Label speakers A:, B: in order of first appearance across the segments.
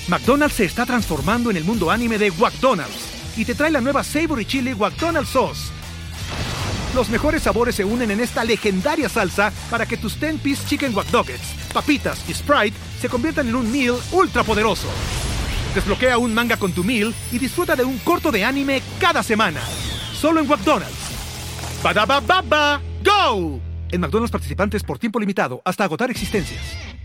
A: McDonald's se está transformando en el mundo anime de McDonald's y te trae la nueva Savory Chili McDonald's Sauce. Los mejores sabores se unen en esta legendaria salsa para que tus 10-piece chicken wack nuggets, papitas y Sprite se conviertan en un meal ultra poderoso. Desbloquea un manga con tu meal y disfruta de un corto de anime cada semana. Solo en McDonald's. ¡Badabababa! ¡Go! En McDonald's participantes por tiempo limitado hasta agotar existencias.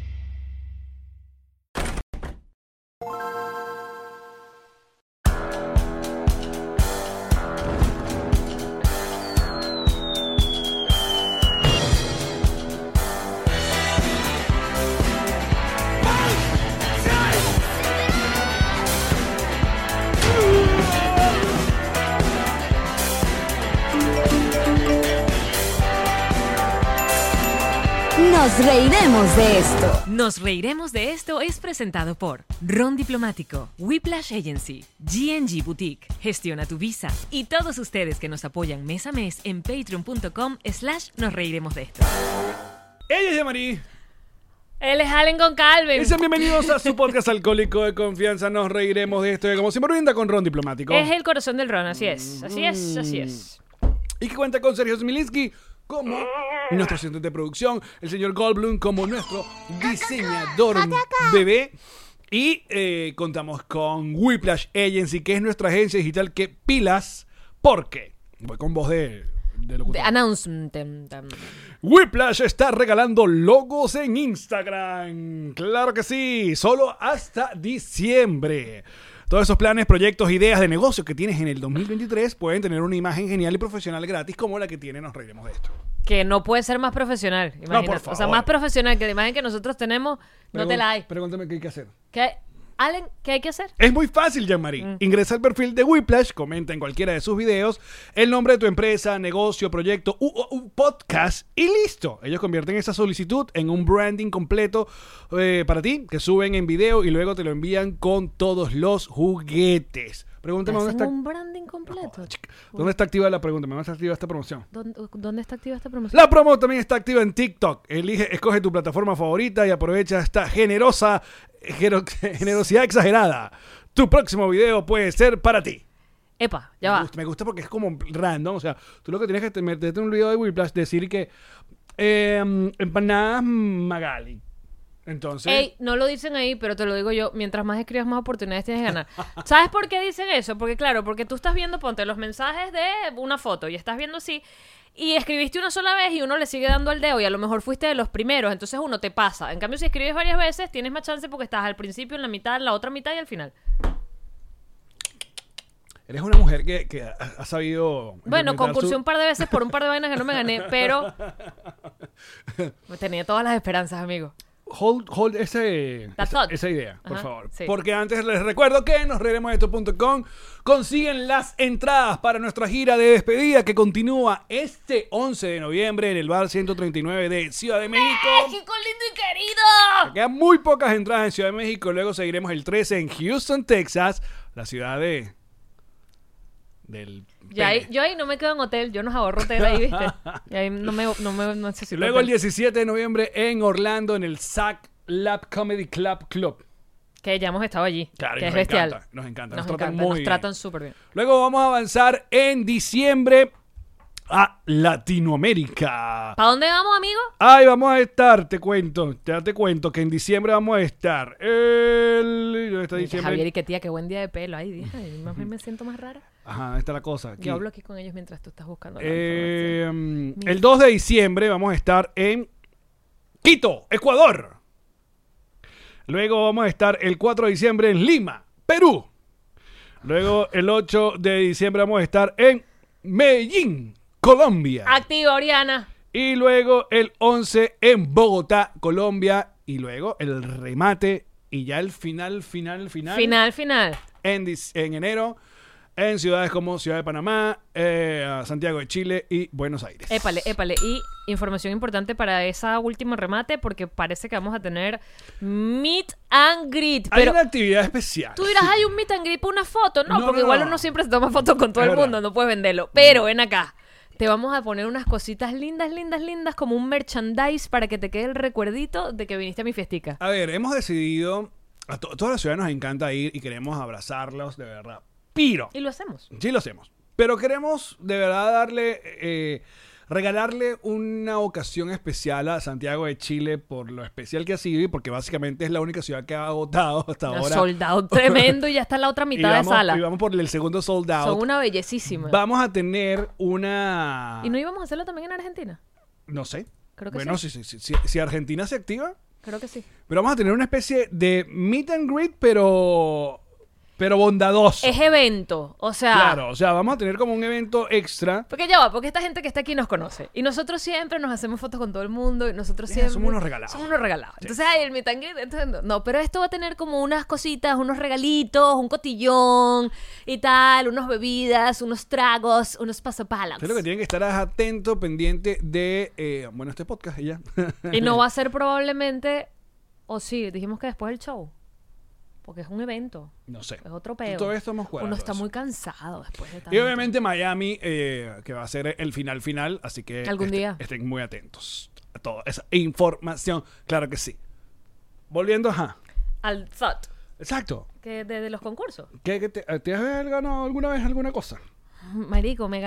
B: Nos reiremos de esto.
C: Nos reiremos de esto es presentado por Ron Diplomático, Whiplash Agency, G&G Boutique, Gestiona tu Visa y todos ustedes que nos apoyan mes a mes en patreon.com/nos reiremos de esto.
D: Ella es Yamari.
C: Él es Allen con Calvin.
D: Y sean bienvenidos a su podcast alcohólico de confianza. Nos reiremos de esto. Y como siempre brinda con Ron Diplomático.
C: Es el corazón del Ron, así es. Así es, así es.
D: Y que cuenta con Sergio Smilinski como nuestro asistente de producción, el señor Goldblum como nuestro diseñador bebé. Y contamos con Whiplash Agency, que es nuestra agencia digital que pilas, porque voy con voz de locutor.
C: The announcement.
D: Whiplash está regalando logos en Instagram. Claro que sí, solo hasta diciembre. Todos esos planes, proyectos, ideas de negocio que tienes en el 2023 pueden tener una imagen genial y profesional gratis como la que tiene Nos Reiremos de Esto.
C: Que no puede ser más profesional, imagínate.
D: No, por favor.
C: O sea, más profesional que la imagen que nosotros tenemos, no te la hay.
D: Pregúntame qué hay que hacer.
C: Allen, ¿qué hay que hacer?
D: Es muy fácil, Jean-Marie. Ingresa al perfil de Whiplash, comenta en cualquiera de sus videos el nombre de tu empresa, negocio, proyecto, podcast y listo. Ellos convierten esa solicitud en un branding completo para ti, que suben en video y luego te lo envían con todos los juguetes. Pregúntame dónde está.
C: ¿Un branding completo?
D: ¿Dónde está activa la pregunta? ¿Dónde está activa esta promoción?
C: ¿Dónde está activa esta promoción?
D: La promo también está activa en TikTok. Escoge tu plataforma favorita y aprovecha esta generosidad exagerada. Tu próximo video puede ser para ti.
C: Epa, ya va.
D: Me gusta porque es como random. O sea, tú lo que tienes que meterte en un video de Whiplash, decir que empanadas Magali. Entonces...
C: Ey, no lo dicen ahí, pero te lo digo yo. Mientras más escribas, más oportunidades tienes de ganar. ¿Sabes por qué dicen eso? Porque claro, porque tú estás viendo, ponte los mensajes de una foto y estás viendo así y escribiste una sola vez y uno le sigue dando el dedo y a lo mejor fuiste de los primeros, entonces uno te pasa. En cambio, si escribes varias veces, tienes más chance porque estás al principio, en la mitad, en la otra mitad y al final.
D: Eres una mujer que ha sabido...
C: Bueno, concursé un par de veces por un par de vainas que no me gané, pero tenía todas las esperanzas, amigo.
D: Hold esa idea, por
C: Ajá,
D: favor.
C: sí.
D: Porque antes les recuerdo que en nosreiremosesto.com consiguen las entradas para nuestra gira de despedida que continúa este 11 de noviembre en el Bar 139 de Ciudad de México.
C: ¡México lindo y querido!
D: Quedan muy pocas entradas en Ciudad de México. Luego seguiremos el 13 en Houston, Texas, la ciudad del
C: Yo ahí no me quedo en hotel, yo nos ahorro hotel ahí, ¿viste? Y ahí no necesito
D: Luego el
C: hotel.
D: 17 de noviembre en Orlando, en el SAC Lab Comedy Club.
C: Que ya hemos estado allí,
D: Claro,
C: que es
D: nos
C: bestial.
D: encanta, nos encanta.
C: Nos tratan súper bien.
D: Luego vamos a avanzar en diciembre a Latinoamérica.
C: ¿Para dónde vamos, amigo?
D: Ahí vamos a estar, te cuento que en diciembre vamos a estar ¿dónde está diciembre?
C: Javier y que tía, qué buen día de pelo. Ay, dije, más bien me siento más rara.
D: Ajá, ahí está la cosa. Aquí.
C: Yo hablo aquí con ellos mientras tú estás buscando la información.
D: El 2 de diciembre vamos a estar en Quito, Ecuador. Luego vamos a estar el 4 de diciembre en Lima, Perú. Luego el 8 de diciembre vamos a estar en Medellín, Colombia.
C: Activa, Oriana.
D: Y luego el 11 en Bogotá, Colombia. Y luego el remate y ya el final.
C: Final.
D: En enero en ciudades como Ciudad de Panamá, Santiago de Chile y Buenos Aires.
C: Épale. Y información importante para esa última remate, porque parece que vamos a tener meet and greet.
D: Hay
C: pero
D: una actividad especial.
C: tú dirás, hay un meet and greet para una foto. No,
D: No,
C: porque
D: no,
C: igual
D: no.
C: uno siempre se toma fotos con todo
D: Es
C: el
D: verdad.
C: mundo, no puedes venderlo. Pero ven acá. Te vamos a poner unas cositas lindas, como un merchandise para que te quede el recuerdito de que viniste a mi fiestica.
D: A ver, hemos decidido A toda la ciudad nos encanta ir y queremos abrazarlos, de verdad. Pero,
C: Y lo hacemos.
D: sí lo hacemos. Pero queremos de verdad regalarle una ocasión especial a Santiago de Chile por lo especial que ha sido y porque básicamente es la única ciudad que ha agotado hasta
C: Un
D: ahora.
C: soldado tremendo y ya está en la otra mitad de sala.
D: Y vamos por el segundo sold out.
C: Son una bellecísima.
D: Vamos a tener una...
C: ¿Y no íbamos a hacerlo también en Argentina?
D: No sé.
C: Creo que
D: bueno,
C: sí.
D: si Argentina se activa,
C: Creo que sí.
D: pero vamos a tener una especie de meet and greet, pero bondadoso.
C: Es evento, o sea...
D: Claro, o sea, vamos a tener como un evento extra.
C: Porque ya va, porque esta gente que está aquí nos conoce. Y nosotros siempre nos hacemos fotos con todo el mundo. Y nosotros
D: Ya,
C: siempre...
D: somos unos regalados.
C: Somos unos regalados. Entonces, ay, el meet and greet, entonces, no, pero esto va a tener como unas cositas, unos regalitos, un cotillón y tal, unas bebidas, unos tragos, unos pasapalos.
D: Creo que tienen que estar atento, pendiente de, este podcast y ya.
C: Y no va a ser probablemente... O sí, dijimos que después del show. Porque es un evento.
D: No sé.
C: Es otro peo.
D: Todavía estamos cuadrados.
C: Uno está muy cansado después de tanto.
D: Y obviamente Miami, que va a ser el final, así que
C: Algún día.
D: estén muy atentos a toda esa información. Claro que sí. Volviendo,
C: Al thought.
D: Exacto.
C: Que de los concursos.
D: ¿Te has ganado alguna vez alguna cosa?
C: Marico, me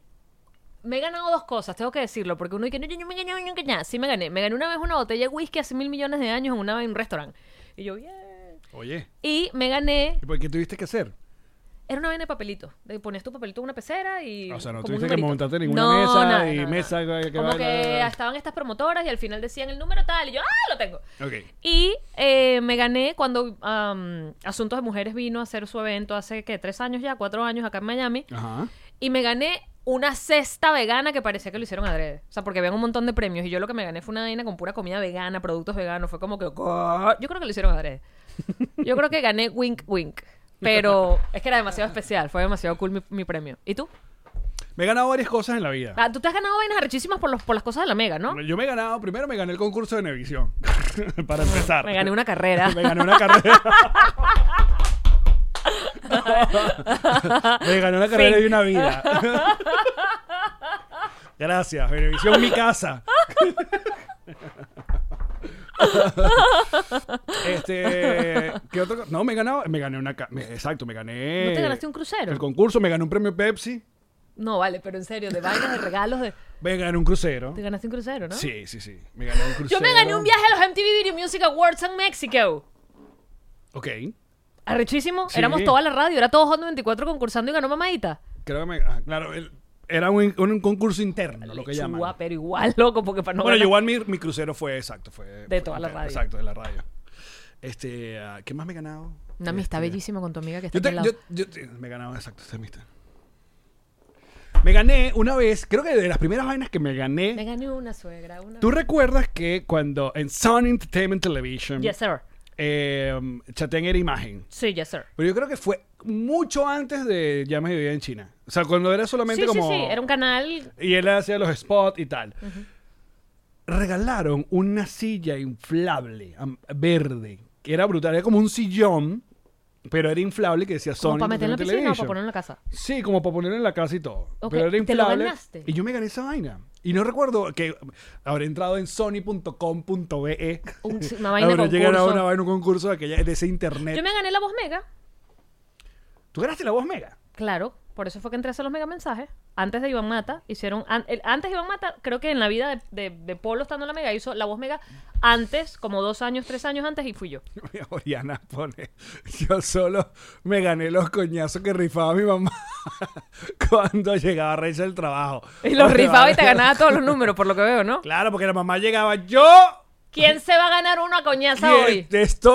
C: he ganado dos cosas, tengo que decirlo, porque uno dice, no, yo me gané, sí me gané. Me gané una vez una botella de whisky hace 1.000 millones de años en un restaurante. Y yo, yeah.
D: Oye.
C: Y me gané,
D: ¿Y por qué tuviste que hacer?
C: era una vaina de papelito. Ponías tu papelito en una pecera y...
D: O sea, no
C: como un
D: tuviste que
C: numerito.
D: montarte ninguna
C: No,
D: mesa
C: nada,
D: y
C: nada,
D: mesa
C: nada.
D: que
C: Como
D: baila.
C: que estaban estas promotoras y al final decían el número tal y yo, ¡ah, lo tengo!
D: Ok.
C: Y me gané cuando Asuntos de Mujeres vino a hacer su evento hace, ¿qué? 3 años ya, 4 años acá en Miami.
D: Ajá.
C: Y me gané una cesta vegana que parecía que lo hicieron adrede. O sea, porque habían un montón de premios. Y yo lo que me gané fue una vaina con pura comida vegana, productos veganos. Fue como que... ¡oh! Yo creo que lo hicieron adrede. Yo creo que gané wink wink. Pero es que era demasiado especial. Fue demasiado cool mi premio. ¿Y tú?
D: Me he ganado varias cosas en la vida.
C: Tú te has ganado vainas arrechísimas por las cosas de la Mega, ¿no?
D: Yo primero me gané el concurso de Nevisión. Para empezar.
C: Me gané una carrera.
D: Me gané una carrera. Me gané una carrera y una vida. Gracias, Venevisión, mi casa. ¿Qué otro? No, me gané una exacto, me gané.
C: ¿No te ganaste un crucero?
D: El concurso, me gané un premio Pepsi.
C: No, vale, pero en serio, de vainas, de regalos,
D: Me gané un crucero.
C: Te ganaste un crucero, ¿no?
D: Sí. Me gané un crucero.
C: Yo me gané un viaje a los MTV Video Music Awards en México.
D: Ok.
C: Arrechísimo.
D: Sí.
C: Éramos toda la radio. Era todo Hot 94 concursando y ganó mamadita.
D: Creo que claro, era un concurso interno, lo que llaman.
C: Chua, pero igual, loco, porque para no
D: Bueno,
C: ganar-
D: igual mi crucero fue exacto. Fue
C: De toda la
D: interno,
C: radio.
D: Exacto, de la radio. ¿Qué más me he ganado?
C: Una amistad bellísima con tu amiga que está
D: Yo,
C: aquí al lado.
D: me he ganado, exacto, esta amistad. Me gané una vez, creo que de las primeras vainas que me gané.
C: Me gané una suegra.
D: ¿Tú recuerdas que cuando en Sony Entertainment Television
C: Yes, sir.
D: chatean era imagen?
C: Sí, yes, sir.
D: Pero yo creo que fue mucho antes de Ya me vivía en China. O sea, cuando era solamente
C: Sí,
D: como...
C: sí. Era un canal...
D: Y él hacía los spots y tal. Regalaron una silla inflable, verde, que era brutal. Era como un sillón, pero era inflable que decía Sony
C: Como para meter en la
D: Entertainment
C: piscina o
D: Television.
C: para ponerlo en la casa.
D: Sí, como para ponerlo en la casa y todo.
C: Ok,
D: Pero era
C: ¿te lo
D: inflable.
C: ganaste?
D: Y yo me gané esa vaina. Y no recuerdo que habré entrado en sony.com.be.
C: Una vaina de
D: Habré llegado a
C: concurso.
D: una vaina, un concurso de ese internet.
C: Yo me gané la voz mega.
D: ¿Tú ganaste la voz mega?
C: Claro, por eso fue que entré a hacer los mega mensajes. Antes de Iván Mata, hicieron... antes de Iván Mata, creo que en la vida de Polo estando en la mega, hizo la voz mega antes, como 2 años, 3 años antes, y fui yo.
D: Oriana pone, yo solo me gané los coñazos que rifaba mi mamá cuando llegaba Rachel del trabajo.
C: Y los rifaba y te ganaba todos los números, por lo que veo, ¿no?
D: Claro, porque la mamá llegaba, yo...
C: ¿Quién se va a ganar una coñaza hoy?
D: Esto...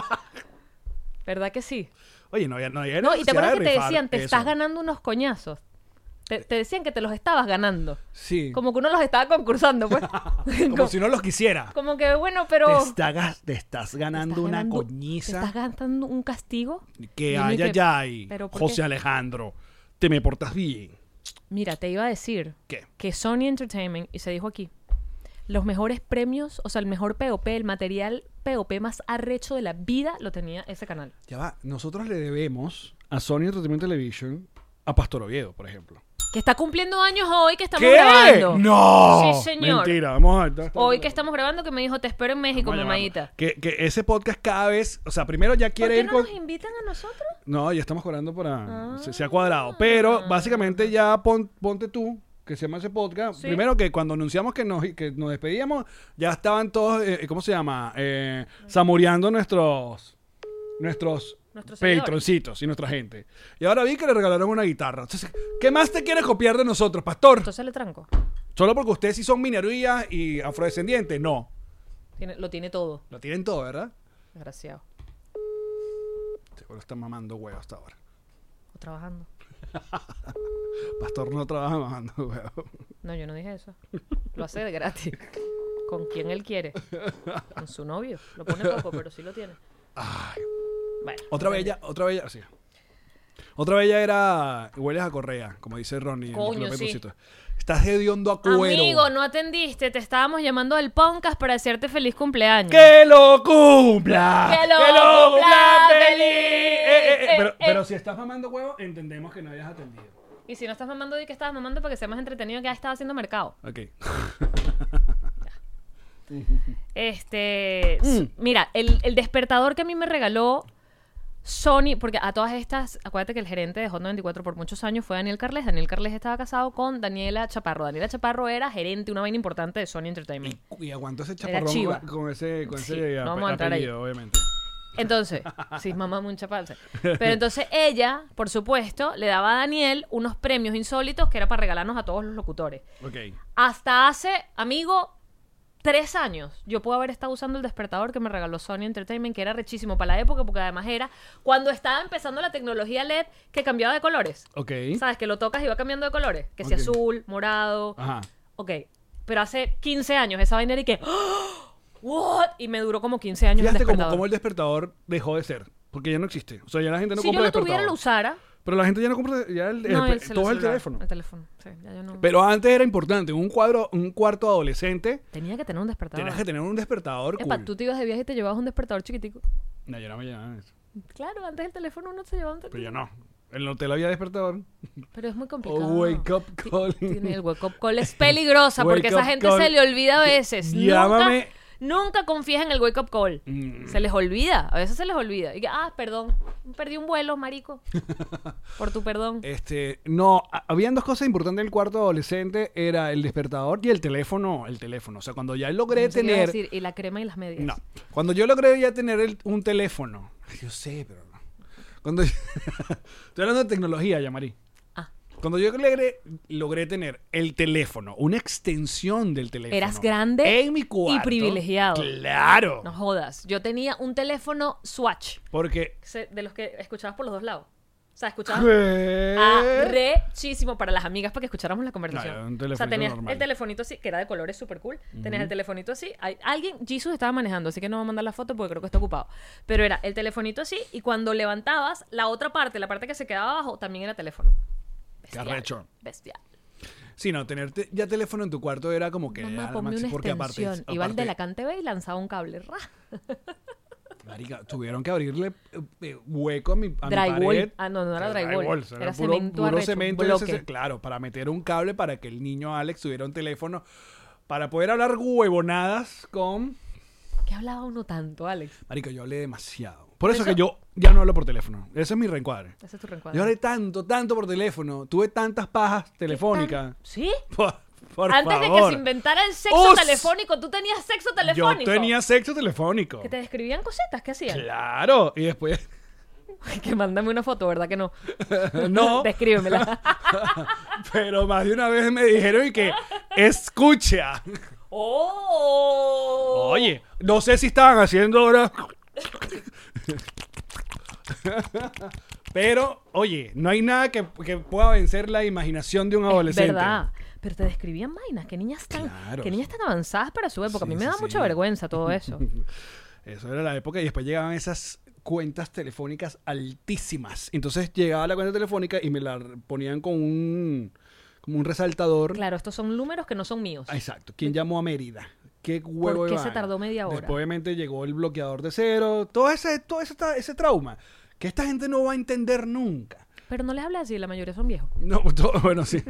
C: ¿Verdad que sí?
D: Oye, no,
C: No, y te acuerdas que te decían, te estás ganando unos coñazos. Te decían que te los estabas ganando.
D: Sí.
C: Como que uno los estaba concursando, pues.
D: Como si no los quisiera.
C: Como que, bueno, pero...
D: Te estás ganando una coñiza.
C: ¿Te estás ganando un castigo?
D: Que
C: Y uno
D: ay,
C: que,
D: ay, ay.
C: ¿pero por
D: José
C: qué?
D: Alejandro, te me portas bien.
C: Mira, te iba a decir
D: ¿Qué?
C: que Sony Entertainment, y se dijo aquí, los mejores premios, o sea, el mejor POP, el material POP más arrecho de la vida lo tenía ese canal.
D: Ya va, nosotros le debemos a Sony Entertainment Television a Pastor Oviedo, por ejemplo.
C: Que está cumpliendo años hoy que estamos
D: ¿Qué?
C: grabando.
D: ¡No!
C: Sí, señor.
D: Mentira, vamos a ver.
C: Hoy que estamos grabando que me dijo, te espero en México,
D: Vamos a
C: mamadita.
D: llamarlo. Que ese podcast cada vez, o sea, primero ya
C: ¿Por
D: quiere
C: qué
D: ir
C: no
D: con...
C: nos invitan a nosotros?
D: No, ya estamos cobrando para... Se ha cuadrado. Pero básicamente ya ponte tú, que se llama ese podcast.
C: Sí.
D: Primero que cuando anunciamos que nos despedíamos, ya estaban todos, ¿cómo se llama? Saboreando nuestros
C: seguidores.
D: patroncitos y nuestra gente. Y ahora vi que le regalaron una guitarra. Entonces, ¿qué más te quieres copiar de nosotros, pastor?
C: Entonces le tranco.
D: Solo porque ustedes sí son minorías y afrodescendientes. No.
C: Lo tiene todo.
D: Lo tienen todo, ¿verdad?
C: Desgraciado.
D: Seguro están mamando huevos hasta ahora.
C: O trabajando.
D: Pastor no trabaja mamando huevos.
C: No, yo no dije eso. Lo hace de gratis. Con quien él quiere. Con su novio. Lo pone poco, pero sí lo tiene.
D: Ay.
C: Bueno.
D: Otra bella, sí. Otra bella era hueles a correa, como dice Ronnie.
C: Coño,
D: en los
C: sí.
D: Petrocitos. Estás hediondo a cuero.
C: Amigo, no atendiste. Te estábamos llamando del podcast para hacerte feliz cumpleaños.
D: ¡Que lo cumpla!
C: ¡Que lo cumpla feliz!
D: Pero si estás mamando huevo, entendemos que no hayas atendido.
C: Y si no estás mamando, di que estabas mamando para que sea más entretenido que ya estaba haciendo mercado.
D: Ok.
C: Mira, el despertador que a mí me regaló Sony, porque a todas estas, acuérdate que el gerente de Hot 94 por muchos años fue Daniel Carles. Daniel Carles estaba casado con Daniela Chaparro. Daniela Chaparro era gerente, una vaina importante de Sony Entertainment.
D: Y aguantó ese
C: Era chiva.
D: chaparrón con ese
C: Sí, no vamos a entrar ahí.
D: apellido, obviamente.
C: Entonces, sí, mamá mucha panza. Pero entonces ella, por supuesto, le daba a Daniel unos premios insólitos que era para regalarnos a todos los locutores.
D: Ok.
C: Hasta hace, amigo, 3 años, yo puedo haber estado usando el despertador que me regaló Sony Entertainment, que era rechísimo para la época, porque además era cuando estaba empezando la tecnología LED que cambiaba de colores.
D: Ok.
C: ¿Sabes? Que lo tocas y va cambiando de colores. Que si
D: Ok.
C: azul, morado.
D: Ajá.
C: Ok. Pero hace 15 años esa vaina era y que... ¡Oh! ¿What? Y me duró como 15 años el
D: Fíjate
C: despertador.
D: cómo el despertador dejó de ser. Porque ya no existe. O sea, ya la gente no
C: si yo
D: compra
C: lo tuviera,
D: despertador.
C: lo usara.
D: Pero la gente ya no compra ya
C: No, el
D: todo es el teléfono.
C: El teléfono, sí. Ya yo no...
D: Pero antes era importante. Un cuarto adolescente,
C: Tenía que tener un despertador.
D: tenías que tener un despertador
C: Epa,
D: cool.
C: tú te ibas de viaje y te llevabas un despertador chiquitico.
D: No, yo no me llevaba eso.
C: Claro, antes el teléfono uno se llevaba un
D: Pero
C: teléfono.
D: yo no. En el hotel había despertador.
C: Pero es muy complicado.
D: O wake up call.
C: Tiene el wake up call. Es peligrosa porque
D: Wake
C: esa
D: up
C: gente
D: call.
C: se le olvida a veces.
D: Llámame.
C: Nunca confías en el wake up call. Se les olvida. A veces se les olvida. Y que, perdón. Perdí un vuelo, marico. Por tu perdón.
D: No, habían dos cosas importantes en el cuarto adolescente. Era el despertador y el teléfono. O sea, cuando ya logré
C: No sé qué iba a
D: tener...
C: decir, y la crema y las medias.
D: No. Cuando yo logré ya tener un teléfono. Yo sé, pero no. Cuando estoy hablando de tecnología, Yamari. Cuando yo logré tener el teléfono, una extensión del teléfono.
C: Eras grande
D: en mi cuarto,
C: y privilegiado.
D: Claro.
C: No jodas. Yo tenía un teléfono Swatch.
D: Porque...
C: De los que escuchabas por los dos lados. O sea, escuchabas
D: ¿Qué?
C: rechísimo para las amigas para que escucháramos la conversación.
D: Claro, un
C: O sea,
D: telefonito
C: tenías
D: normal.
C: el telefonito así, que era de colores súper cool. Tenías el telefonito así. Alguien, Jesus estaba manejando, así que no va a mandar la foto porque creo que está ocupado. Pero era el telefonito así y cuando levantabas, la otra parte, la parte que se quedaba abajo, también era teléfono. Bestial.
D: Arrecho.
C: Bestial.
D: Sí, no, tener ya teléfono en tu cuarto era como que...
C: Mamá,
D: ya,
C: ponme
D: Maxi,
C: una
D: porque
C: extensión. Iba al de la CanTV y lanzaba un cable. ¡Ra!
D: Marica, tuvieron que abrirle hueco a mi
C: Drywall.
D: pared.
C: No era drywall.
D: Era
C: Era
D: puro,
C: cemento
D: puro
C: arrecho,
D: cemento.
C: bloque.
D: Claro, para meter un cable para que el niño Alex tuviera un teléfono para poder hablar huevonadas con...
C: ¿Qué hablaba uno tanto, Alex?
D: Marica, yo hablé demasiado. Por eso que yo ya no hablo por teléfono. Ese es mi reencuadre.
C: Ese es tu reencuadre.
D: Yo hablé tanto por teléfono. Tuve tantas pajas telefónicas.
C: ¿Sí?
D: Por
C: Antes
D: favor.
C: de que se inventara el sexo
D: ¡Us!
C: telefónico, tú tenías sexo telefónico.
D: Yo tenía sexo telefónico.
C: Que te describían cositas, ¿qué hacían?
D: Claro. Y después...
C: Que mándame una foto, ¿verdad que no?
D: No.
C: Descríbemela.
D: Pero más de una vez me dijeron y que... Escucha.
C: ¡Oh!
D: Oye, no sé si estaban haciendo ahora... Pero, oye, no hay nada que pueda vencer la imaginación de un adolescente.
C: ¿Verdad? Pero te describían vainas. ¿Qué niñas tan,
D: Claro.
C: qué niñas tan avanzadas para su época? A mí
D: Sí,
C: me da
D: sí,
C: mucha
D: sí.
C: vergüenza todo eso.
D: Eso era la época y después llegaban esas cuentas telefónicas altísimas. Entonces llegaba la cuenta telefónica y me la ponían con como un resaltador.
C: Claro, estos son números que no son míos.
D: Ah, exacto. ¿Quién llamó a Mérida? ¿Qué huevo
C: ¿Por qué
D: de
C: se
D: vaina?
C: tardó media hora?
D: Después obviamente llegó el bloqueador de cero. Todo ese trauma que esta gente no va a entender nunca.
C: Pero no les hables así, la mayoría son viejos.
D: No, bueno, sí.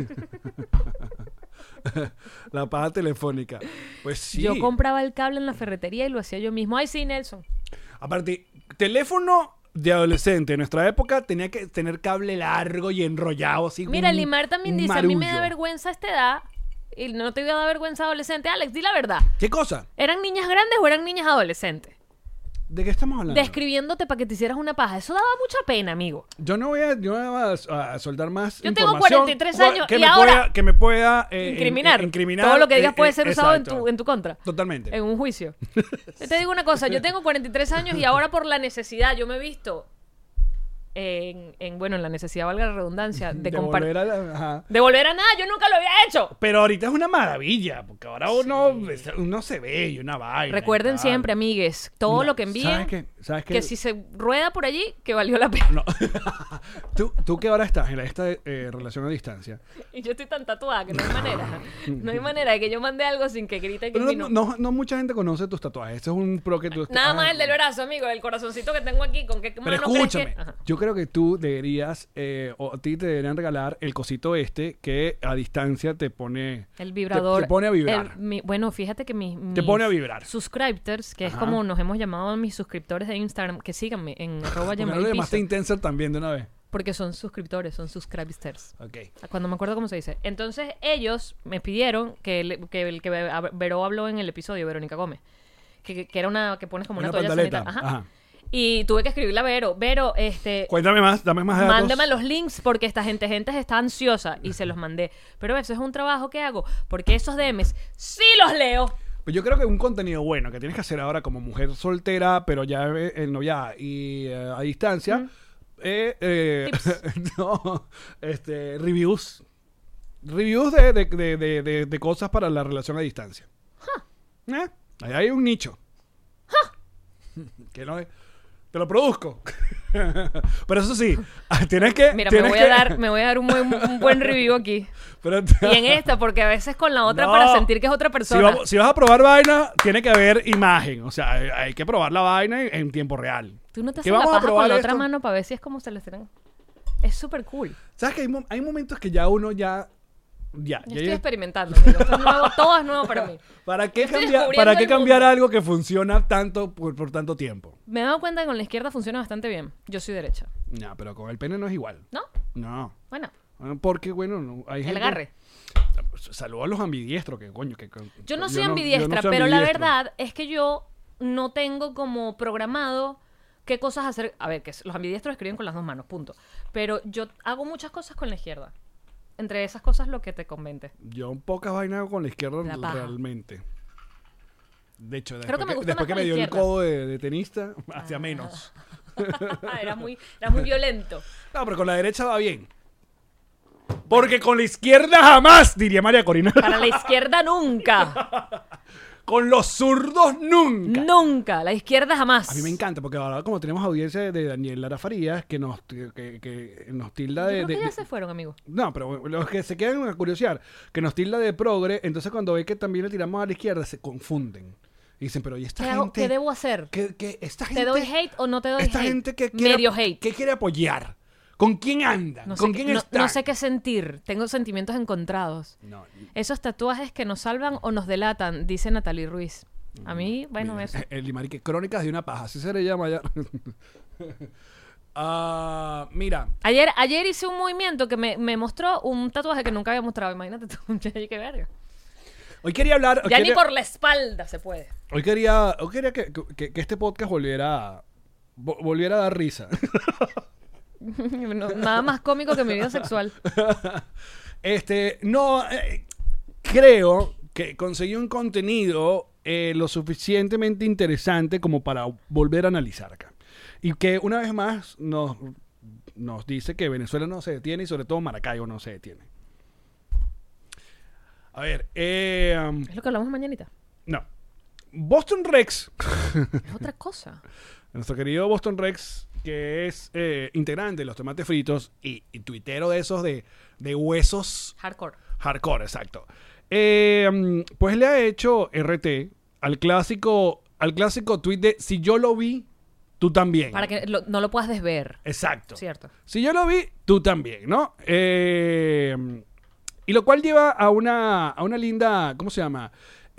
D: La paja telefónica. Pues sí.
C: Yo compraba el cable en la ferretería y lo hacía yo mismo. Ay, sí, Nelson.
D: Aparte, teléfono de adolescente en nuestra época tenía que tener cable largo y enrollado así.
C: Mira,
D: un-
C: Limar también
D: un
C: dice, a mí me da
D: marullo.
C: vergüenza a esta edad y no te voy a dar vergüenza adolescente. Alex, di la verdad.
D: ¿Qué cosa?
C: ¿Eran niñas grandes o eran niñas adolescentes?
D: ¿De qué estamos hablando?
C: Describiéndote para que te hicieras una paja. Eso daba mucha pena, amigo.
D: Yo no voy a soltar más
C: Yo tengo
D: información
C: 43 años
D: que
C: y
D: me
C: ahora
D: pueda, que me pueda
C: incriminar.
D: incriminar.
C: Todo lo que digas puede ser usado
D: exacto.
C: en tu contra.
D: Totalmente.
C: En un juicio. Yo te digo una cosa, yo tengo 43 años y ahora por la necesidad, yo me he visto en la necesidad, valga la redundancia, de
D: volver
C: compartir.
D: a ajá.
C: De volver a nada, yo nunca lo había hecho.
D: Pero ahorita es una maravilla, porque ahora uno se ve y una vaina.
C: Recuerden
D: y tal.
C: siempre, amigues, todo
D: No,
C: lo que envíen,
D: ¿sabes qué? ¿Sabes qué?
C: que si se rueda por allí, que valió la pena.
D: No. tú que ahora estás en esta relación a distancia.
C: Y yo estoy tan tatuada que no hay manera. No hay manera de que yo mande algo sin que griten que
D: Pero
C: vino.
D: no mucha gente conoce tus tatuajes. Este es un pro que tú...
C: Nada más el del brazo, amigo, el corazoncito que tengo aquí, con qué
D: Pero
C: mano crees que-
D: escúchame,
C: Ajá.
D: yo creo que tú deberías, o a ti te deberían regalar el cosito este que a distancia te pone...
C: El vibrador.
D: Te pone a vibrar.
C: Bueno, fíjate que
D: Te pone a vibrar.
C: subscribers, que es
D: Ajá.
C: como nos hemos llamado a mis suscriptores de Instagram, que síganme en arroba
D: ¿Por qué no
C: Yamari
D: le llamaste
C: Piso,
D: Intenser también de una vez?
C: porque son suscriptores, son subscribers.
D: Ok.
C: Cuando me acuerdo cómo se dice. Entonces ellos me pidieron que el que Vero habló en el episodio, Verónica Gómez, que era una que pones como una toalla
D: pantaleta.
C: sanitaria. Ajá.
D: Ajá.
C: Y tuve que escribirle a Vero,
D: Cuéntame más, dame más datos.
C: mándeme los links porque esta gente está ansiosa y se los mandé. Pero eso es un trabajo que hago porque esos DMs sí los leo.
D: Pues yo creo que un contenido bueno que tienes que hacer ahora como mujer soltera, pero ya en novia y a distancia, no, reviews. Reviews de cosas para la relación a distancia. Ahí hay un nicho. Que no es... Te lo produzco. Pero eso sí, tienes que...
C: Mira, me voy a dar un buen review aquí.
D: Pero,
C: Y en esta, porque a veces con la otra
D: No.
C: para sentir que es otra persona.
D: si vas a probar vaina, tiene que haber imagen. O sea, hay que probar la vaina en tiempo real.
C: Tú no te
D: ¿Qué
C: haces la
D: vamos a
C: paja con
D: probar
C: la otra
D: esto?
C: mano para ver si es como se les tiran. Es súper cool.
D: ¿Sabes que hay momentos que ya uno ya...
C: Yo estoy experimentando, amigo. Esto es nuevo, todo es nuevo para mí.
D: ¿Para qué
C: Estoy
D: cambiar,
C: descubriendo
D: ¿para qué
C: el
D: cambiar
C: mundo.
D: algo que funciona tanto por tanto tiempo?
C: Me he dado cuenta que con la izquierda funciona bastante bien. Yo soy derecha.
D: No, pero con el pene no es igual.
C: ¿No?
D: No.
C: Bueno,
D: Porque, bueno, no, hay
C: el
D: gente...
C: agarre.
D: Saludos a los ambidiestros, que coño, que...
C: Yo no soy
D: yo
C: ambidiestra,
D: soy
C: pero la
D: ambidiestro.
C: verdad es que yo no tengo como programado qué cosas hacer. A ver, que los ambidiestros escriben con las dos manos, punto. Pero yo hago muchas cosas con la izquierda. Entre esas cosas, lo que te convence.
D: Yo pocas vainas hago con la izquierda
C: La paja.
D: realmente. De hecho,
C: Creo que me gusta
D: después
C: más
D: que
C: con
D: me
C: la
D: dio el
C: izquierda.
D: codo de tenista, hacía menos.
C: Era muy violento.
D: No, pero con la derecha va bien. Porque con la izquierda jamás, diría María Corina.
C: Para la izquierda nunca.
D: Con los zurdos nunca.
C: Nunca. La izquierda jamás.
D: A mí me encanta, porque ahora como tenemos audiencia de Daniel Lara Farías, que nos tilda
C: Yo
D: de...
C: creo que
D: de-
C: ya se fueron, amigo.
D: No, pero los que se quedan a curiosear, que nos tilda de progre, entonces cuando ve que también le tiramos a la izquierda, se confunden. Y dicen, pero ¿y esta
C: ¿Qué,
D: gente?
C: ¿Qué debo hacer?
D: Esta
C: ¿Te
D: gente,
C: doy hate o no te doy
D: esta
C: hate?
D: gente que quiere,
C: Medio hate.
D: ¿qué quiere apoyar? ¿Con quién anda?
C: No sé,
D: ¿Con
C: qué,
D: quién
C: no,
D: está?
C: no sé qué sentir. Tengo sentimientos encontrados.
D: No,
C: Esos tatuajes que nos salvan o nos delatan, dice Natalie Ruiz. A mí, bueno,
D: mira,
C: eso.
D: El Limarique, Crónicas de una paja, así se le llama ya. Mira,
C: Ayer hice un movimiento que me mostró un tatuaje que nunca había mostrado. Imagínate tú, qué verga.
D: hoy quería hablar...
C: Ya
D: hoy
C: ni
D: quería-
C: por la espalda se puede.
D: Hoy quería que este podcast volviera a dar risa.
C: Nada más cómico que mi vida sexual.
D: Creo que conseguí un contenido lo suficientemente interesante como para volver a analizar acá. Y que una vez más nos dice que Venezuela no se detiene y sobre todo Maracaibo no se detiene. A ver,
C: Es lo que hablamos mañanita.
D: no. Boston Rex,
C: Es otra cosa.
D: nuestro querido Boston Rex, que es integrante de los tomates fritos y tuitero de esos de huesos
C: Hardcore.
D: hardcore, exacto. Pues le ha hecho RT al clásico tweet de si yo lo vi, tú también.
C: Para que no lo puedas desver.
D: Exacto.
C: Cierto.
D: Si yo lo vi, tú también, ¿no? Y lo cual lleva a una linda, ¿cómo se llama?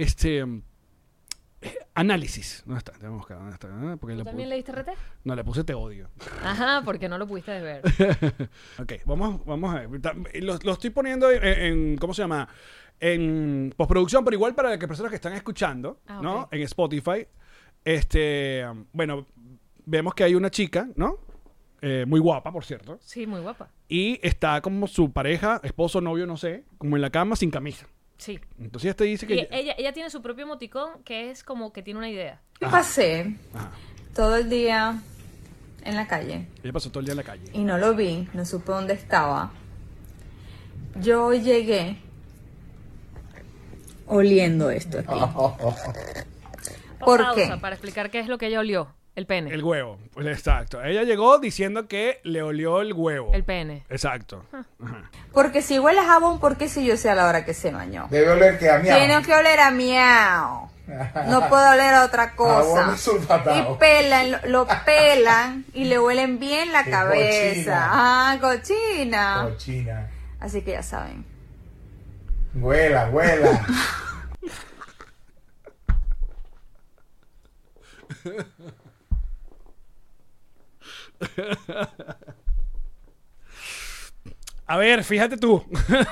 D: Análisis. ¿Dónde está? Te voy a buscar. ¿Dónde está? Porque
C: ¿Tú también leíste RT?
D: No, le puse te odio.
C: Ajá, porque no lo pudiste desver.
D: Ok, vamos a ver. Lo estoy poniendo en ¿cómo se llama? En postproducción, pero igual para las personas que están escuchando, ¿no?
C: Ok.
D: En Spotify. Bueno, vemos que hay una chica, ¿no? Muy guapa, por cierto.
C: Sí, muy guapa.
D: Y está como su pareja, esposo, novio, no sé, como en la cama sin camisa.
C: Sí.
D: Entonces ella te dice que...
C: Y ella tiene su propio emoticón que es como que tiene una idea.
E: Yo pasé
D: Ajá.
E: todo el día en la calle
D: Ella pasó todo el día en la calle.
E: y no lo vi, no supe dónde estaba. Yo llegué oliendo esto aquí. ¿Por
C: Pausa
E: qué?
C: para explicar qué es lo que ella olió. El pene.
D: El huevo, pues exacto. Ella llegó diciendo que le olió el huevo.
C: El pene.
D: Exacto. Ajá.
E: Porque si huele a jabón, ¿por qué si yo sé a la hora que se bañó?
F: Debe oler que a miau.
E: Tiene que oler a miau. No puede oler a otra cosa.
F: Jabón sulfatado.
E: Y pelan, lo pelan y le huelen bien la
F: Qué
E: cabeza.
F: cochina.
E: Ah, cochina.
F: Cochina.
E: Así que ya saben.
F: Huela, huela.
D: A ver, fíjate tú.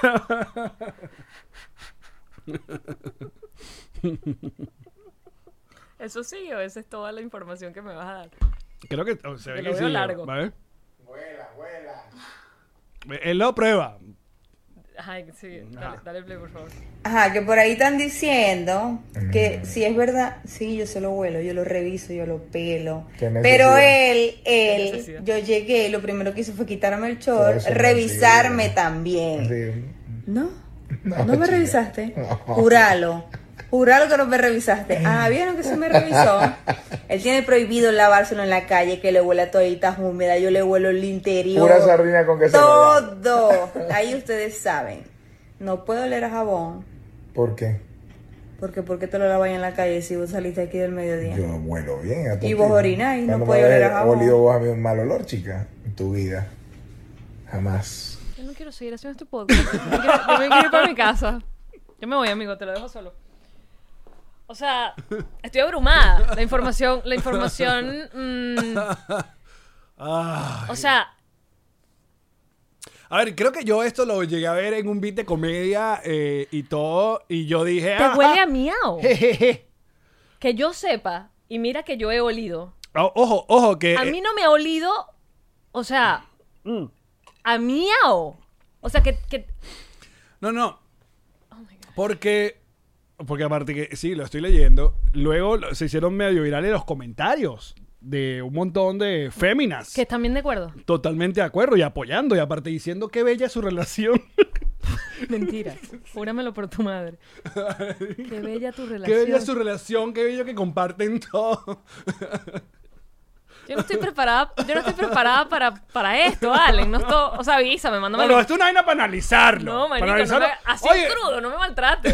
C: ¿Eso sí o esa es toda la información que me vas a dar?
D: Creo que se ve
C: Te
D: que
C: lo veo
D: sí.
C: largo.
D: ¿Vale?
F: Huela, huela.
D: Él lo prueba.
C: Ay, sí. Dale play, por favor.
E: Ajá, que por ahí están diciendo que si es verdad, sí, yo se lo huelo, yo lo reviso, yo lo pelo.
F: Qué necesidad.
E: Pero
C: Qué necesidad.
E: yo llegué y lo primero que hizo fue quitarme el
F: Todo
E: short,
F: eso
E: revisarme
F: sí.
E: también.
F: Sí.
E: ¿No?
F: No,
E: ¿No me
F: chica.
E: revisaste?
F: No.
E: Juralo. Juralo que no me revisaste. Ah, ¿vieron que se me revisó? Él tiene prohibido lavárselo en la calle, que le huele a toallitas húmedas, yo le huelo el interior.
F: Pura sardina con queso rallado.
E: Todo. Ahí ustedes saben. No puedo oler a jabón.
F: ¿Por qué?
E: Porque ¿por qué te lo lavas en la calle si vos saliste aquí del mediodía?
F: Yo huelo bien. a tu
E: Y vos
F: tío.
E: orináis, no
F: ¿Cuándo
E: puedes
F: me
E: oler a
F: habéis
E: jabón?
F: olido vos a mí un mal olor, chica? En tu vida. Jamás.
C: Yo no quiero seguir haciendo este podcast. Yo me quiero ir para mi casa. Yo me voy, amigo, te lo dejo solo. O sea, estoy abrumada. La información.
D: Ay.
C: O sea,
D: A ver, creo que yo esto lo llegué a ver en un beat de comedia y todo. Y yo dije...
C: te
D: "Ah,
C: huele
D: ah,
C: a miau.
D: jejeje".
C: Que yo sepa, y mira que yo he olido.
D: Ojo, que...
C: A mí no me ha olido, o sea, a miau. O sea, que
D: No. Porque aparte que sí, lo estoy leyendo. Luego se hicieron medio virales los comentarios de un montón de féminas.
C: que están bien de acuerdo.
D: Totalmente de acuerdo y apoyando. Y aparte diciendo qué bella es su relación.
C: Mentira. Júramelo por tu madre. Qué bella tu
D: Qué
C: relación.
D: bella es su relación, qué bello que comparten todo.
C: Yo no estoy preparada para esto, Allen. No estoy, o sea, avísame, mándame.
D: No, esto es una vaina para analizarlo.
C: No,
D: para
C: marico,
D: analizarlo.
C: así
D: Oye,
C: crudo, no me maltrates.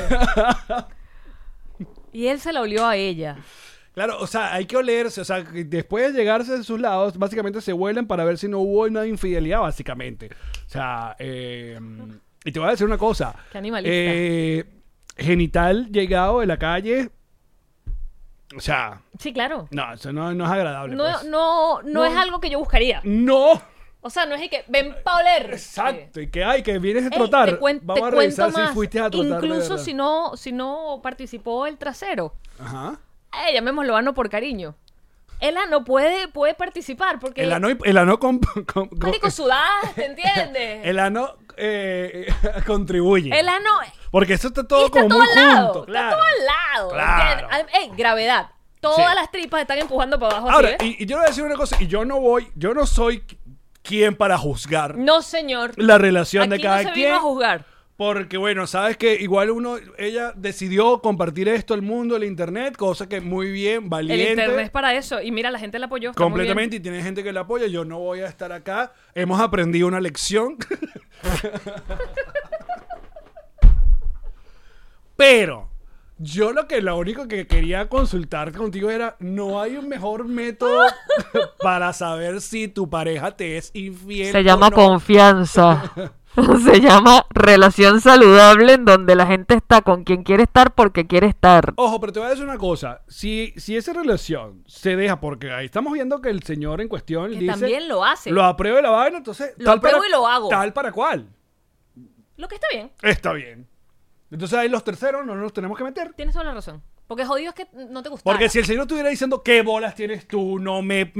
C: Y él se la olió a ella.
D: claro, o sea, hay que olerse. O sea, que después de llegarse de sus lados, básicamente se huelen para ver si no hubo una infidelidad, básicamente. O sea, y te voy a decir una cosa.
C: Qué animalista.
D: Genital llegado de la calle. O sea,
C: Sí, claro.
D: no, eso no es agradable.
C: No,
D: pues.
C: no es algo que yo buscaría.
D: No.
C: O sea, no es que ven pa' oler.
D: Exacto. Y que hay, que vienes a
C: Ey,
D: trotar.
C: te
D: Vamos a
C: cuento
D: revisar
C: más.
D: si fuiste a trotar. de
C: Incluso
D: verdad.
C: si no participó el trasero.
D: Ajá.
C: Llamémoslo ano por cariño. El ano puede participar porque...
D: El ano con
C: Marico, sudaste, ¿entiendes?
D: el ano contribuye.
C: El ano...
D: Porque eso está todo
C: Y está
D: como
C: todo
D: muy
C: al lado.
D: junto.
C: Está todo al lado.
D: Claro.
C: ¿Entiendes? Ey, gravedad. Todas
D: Sí.
C: las tripas están empujando para abajo
D: Ahora,
C: así, ¿eh?
D: y yo voy a decir una cosa, y yo no soy quien para juzgar
C: No, señor.
D: la relación
C: Aquí
D: de cada
C: no se
D: quien.
C: vino a juzgar.
D: Porque, bueno, sabes que igual ella decidió compartir esto al mundo, el internet, cosa que muy bien, valiente.
C: El internet es para eso. Y mira, la gente la apoyó. está muy bien.
D: Completamente, y tiene gente que la apoya. Yo no voy a estar acá. Hemos aprendido una lección. Pero Yo lo único que quería consultar contigo era, ¿no hay un mejor método para saber si tu pareja te es infiel?
C: Se
D: o
C: llama
D: no?
C: confianza. Se llama relación saludable en donde la gente está con quien quiere estar porque quiere estar.
D: Ojo, pero te voy a decir una cosa. Si esa relación se deja, porque ahí estamos viendo que el señor en cuestión
C: Que
D: dice...
C: también lo hace.
D: Lo apruebo y la vaina, entonces...
C: Lo apruebo y lo hago.
D: Tal para cual.
C: Lo que está bien.
D: Está bien. Entonces ahí los terceros no nos tenemos que meter.
C: Tienes toda la razón. Porque jodido es que no te gusta.
D: Porque si el señor estuviera diciendo, ¿qué bolas tienes tú? No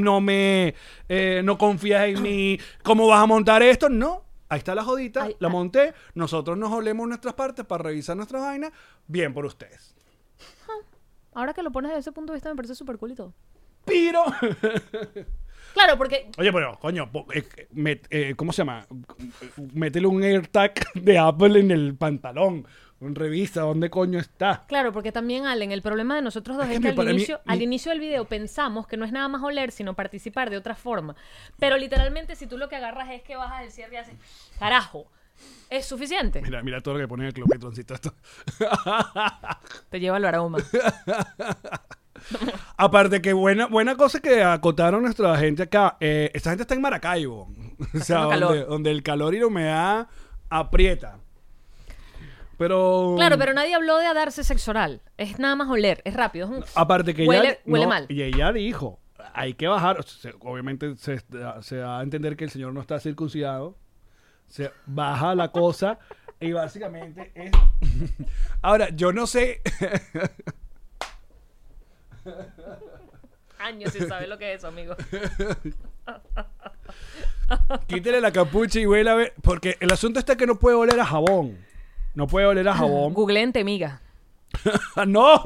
D: confías en mí. ¿Cómo vas a montar esto? No. Ahí está la jodita,
C: Ay,
D: la
C: ay.
D: monté. Nosotros nos olemos nuestras partes para revisar nuestras vainas. Bien por ustedes.
C: Ahora que lo pones desde ese punto de vista me parece súper cool y todo.
D: Pero...
C: Claro, porque...
D: Oye, pero, coño, ¿cómo se llama? Métele un AirTag de Apple en el pantalón. Revisa dónde coño está.
C: Claro, porque también, Allen, el problema de nosotros dos
D: Es
C: es
D: que
C: que
D: para mí-
C: al inicio del video pensamos que no es nada más oler, sino participar de otra forma. Pero literalmente, si tú lo que agarras es que bajas el cierre y haces, carajo, es suficiente.
D: Mira todo lo que pone en el kilometroncito esto.
C: Te lleva el aroma.
D: Aparte que buena cosa que acotaron nuestra gente acá. Esta gente está en Maracaibo. O sea,
C: Haciendo calor.
D: donde el calor y la humedad aprieta. Pero...
C: Claro, pero nadie habló de darse sexo oral. Es nada más oler, es rápido. Es un...
D: Aparte que
C: huele
D: no,
C: mal.
D: Y ella dijo, hay que bajar. Obviamente se da a entender que el señor no está circuncidado. Se baja la cosa y básicamente es... Ahora, yo no sé...
C: Años sin saber lo que es eso, amigo.
D: Quítele la capucha y huele a ver... Porque el asunto está que no puede oler a jabón. No puede oler a jabón.
C: Googleen temiga.
D: ¡No!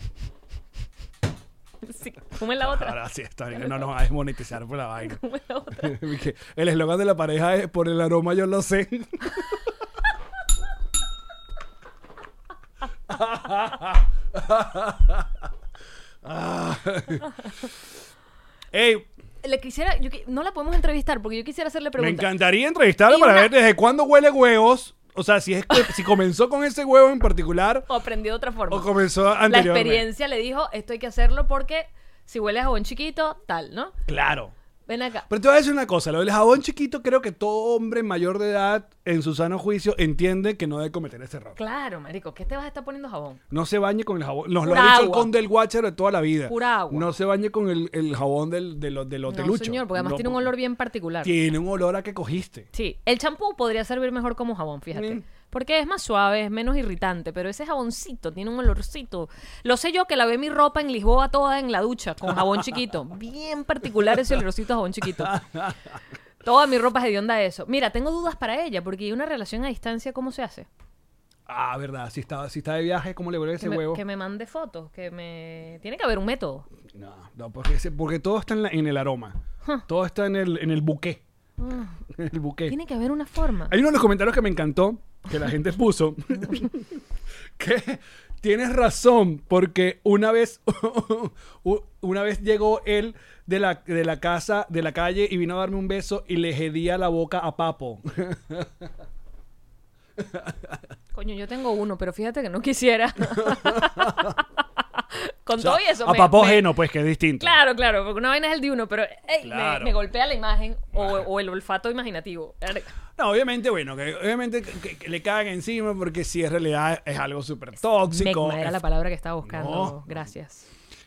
C: Sí, fumen la otra.
D: Ahora sí, está bien. No nos va a desmonetizar por la vaina.
C: Fumen la otra.
D: Que el eslogan de la pareja es por el aroma yo lo sé. Ey,
C: Le quisiera, no la podemos entrevistar porque yo quisiera hacerle
D: me
C: preguntas.
D: encantaría entrevistarlo
C: Y
D: para
C: una-
D: ver desde cuándo huele huevos. O sea, si comenzó con ese huevo en particular
C: O aprendió de otra forma.
D: o comenzó
C: La
D: anteriormente.
C: experiencia le dijo, esto hay que hacerlo porque si huele a jabón chiquito, tal, ¿no?
D: Claro.
C: Ven acá.
D: Pero te voy a decir una cosa, lo del jabón chiquito creo que todo hombre mayor de edad en su sano juicio entiende que no debe cometer ese error.
C: Claro, marico, ¿qué te vas a estar poniendo jabón?
D: No se bañe con el jabón. Nos lo
C: Pura
D: ha dicho el
C: agua.
D: conde del Guácharo de toda la vida.
C: Pura agua.
D: No se bañe con el jabón del
C: No,
D: hotelucho.
C: señor, porque además
D: No,
C: tiene un olor bien particular.
D: Tiene un olor a que cogiste.
C: Sí, el champú podría servir mejor como jabón, fíjate.
D: Mm.
C: Porque es más suave, es menos irritante, pero ese jaboncito tiene un olorcito. Lo sé yo que lavé mi ropa en Lisboa toda en la ducha con jabón chiquito. Bien particular ese olorcito de jabón chiquito. Toda mi ropa es hedionda eso. Mira, tengo dudas para ella, porque ¿y una relación a distancia cómo se hace?
D: Ah, verdad. Si está de viaje, ¿cómo le huele ese huevo?
C: Que me mande fotos, Tiene que haber un método.
D: No, porque todo está en el aroma. Todo está en el buqué. En el buqué.
C: Tiene que haber una forma.
D: Hay uno de los comentarios que me encantó, que la gente puso, que tienes razón, porque una vez llegó él de la casa, de la calle, y vino a darme un beso y le hedía la boca a Papo.
C: Coño, yo tengo uno, pero fíjate que no quisiera. Con todo y eso.
D: A Papo ajeno, pues, que es distinto.
C: Claro, porque una vaina es el de uno, pero ey,
D: Claro.
C: me golpea la imagen o el olfato imaginativo.
D: No, obviamente, bueno, que le cagan encima porque si en realidad es algo súper tóxico.
C: Megma era la palabra que estaba buscando.
D: No.
C: Gracias.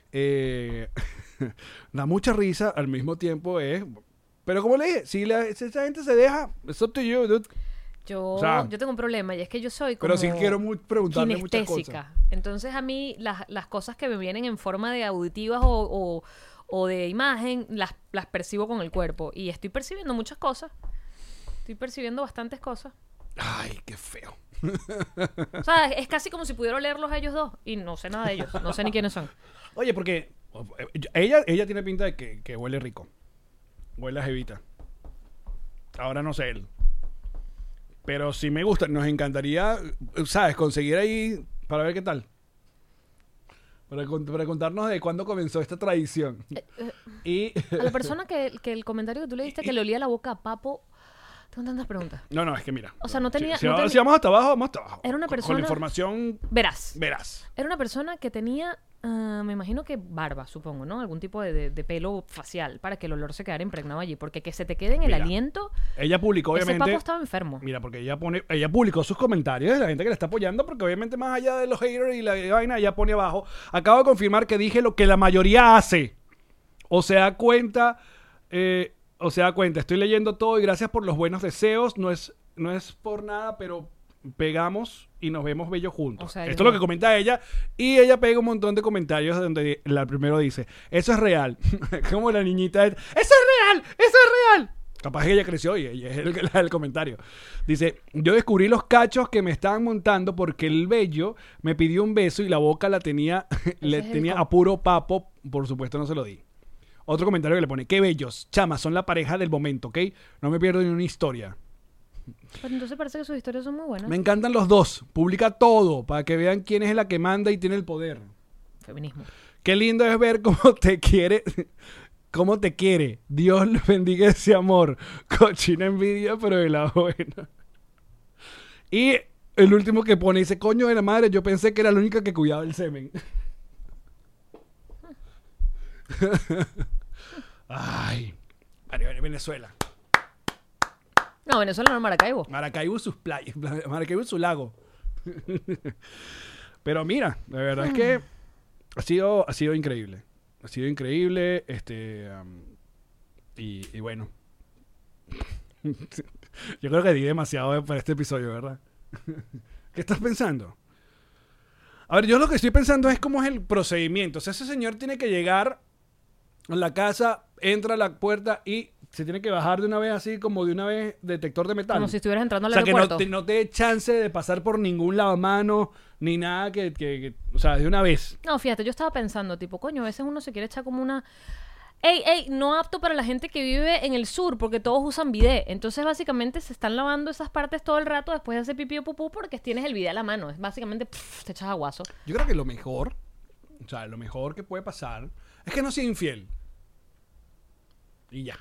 D: Da mucha risa, al mismo tiempo es... Pero como le dije, si esa gente se deja, it's up to you, dude.
C: Yo
D: sea,
C: tengo un problema y es que yo soy como
D: Pero sí quiero preguntarle muchas cosas.
C: kinestésica. Entonces a mí las cosas que me vienen en forma de auditivas o de imagen las percibo con el cuerpo y estoy percibiendo muchas cosas. Estoy percibiendo bastantes cosas.
D: Ay, qué feo.
C: O sea, es casi como si pudiera olerlos a ellos dos y no sé nada de ellos. No sé ni quiénes son.
D: Oye, porque ella tiene pinta de que huele rico. Huele a jevita. Ahora no sé él. Pero sí me gusta. Nos encantaría, ¿sabes? Conseguir ahí para ver qué tal. Para contarnos de cuándo comenzó esta tradición. Y
C: A la persona que el comentario que tú le diste que le olía la boca a Papo, Tengo tantas preguntas.
D: No, es que mira.
C: O sea, no tenía...
D: Si,
C: no tenía-
D: si vamos hasta abajo, vamos hasta abajo.
C: Era una
D: Con
C: persona-
D: la información
C: Verás.
D: verás.
C: Era una persona que tenía, me imagino que barba, supongo, ¿no? Algún tipo de pelo facial para que el olor se quedara impregnado allí. Porque que se te quede en el
D: Mira,
C: aliento,
D: Ella publicó,
C: ese
D: obviamente.
C: papo estaba enfermo.
D: Mira, porque ella publicó sus comentarios de la gente que le está apoyando, porque obviamente más allá de los haters y la vaina, ella pone abajo. Acabo de confirmar que dije lo que la mayoría hace. O se da cuenta, estoy leyendo todo y gracias por los buenos deseos. No es por nada, pero pegamos y nos vemos bellos juntos.
C: O sea,
D: Esto es lo que comenta ella. Y ella pega un montón de comentarios donde la primero dice, eso es real. Como la niñita, eso es real, eso es real. Capaz que ella creció y ella es el comentario. Dice, yo descubrí los cachos que me estaban montando porque el bello me pidió un beso y la boca la tenía, le
C: es el
D: tenía a puro papo. Por supuesto no se lo di. Otro comentario que le pone, qué bellos, chamas, son la pareja del momento, ¿ok? No me pierdo ni una historia.
C: Pero entonces parece que sus historias son muy buenas.
D: Me encantan los dos. Publica todo para que vean quién es la que manda y tiene el poder.
C: Feminismo.
D: Qué lindo es ver cómo te quiere. Cómo te quiere. Dios le bendiga ese amor. Cochina envidia, pero de la buena. Y el último que pone dice, coño de la madre, yo pensé que era la única que cuidaba el semen. Ay. Venezuela.
C: No, Venezuela no, Maracaibo.
D: Maracaibo sus playas. Maracaibo su lago. Pero mira, la verdad es que ha sido increíble. Ha sido increíble. Y bueno. Yo creo que di demasiado para este episodio, ¿verdad? ¿Qué estás pensando? A ver, yo lo que estoy pensando es cómo es el procedimiento. O sea, ese señor tiene que llegar a la casa, entra a la puerta y se tiene que bajar de una vez así como de una vez detector de metal.
C: Como si estuvieras entrando al
D: O sea, que
C: aeropuerto.
D: no te dé chance de pasar por ningún lavamanos ni nada o sea, de una vez.
C: No, fíjate, yo estaba pensando, tipo, coño, a veces uno se quiere echar como una... Ey, no apto para la gente que vive en el sur, porque todos usan bidet. Entonces, básicamente, se están lavando esas partes todo el rato después de hacer pipí o pupú porque tienes el bidet a la mano. Es básicamente, te echas aguazo.
D: Yo creo que lo mejor que puede pasar es que no sea infiel. Y ya.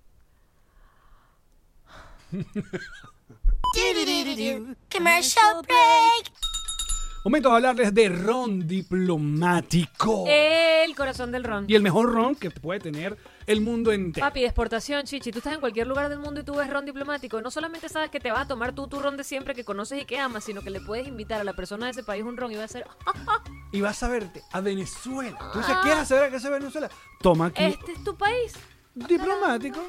B: Commercial break.
D: Momento de hablarles de ron diplomático.
C: El corazón del ron.
D: Y el mejor ron que puede tener el mundo entero.
C: Papi, de exportación, chichi. Tú estás en cualquier lugar del mundo y tú ves ron diplomático. No solamente sabes que te vas a tomar tú tu ron de siempre que conoces y que amas, sino que le puedes invitar a la persona de ese país un ron y va a ser...
D: Y vas a verte a Venezuela. Tú dices, ¿quieres saber qué es Venezuela? Toma aquí.
C: Este es tu país.
D: Diplomático.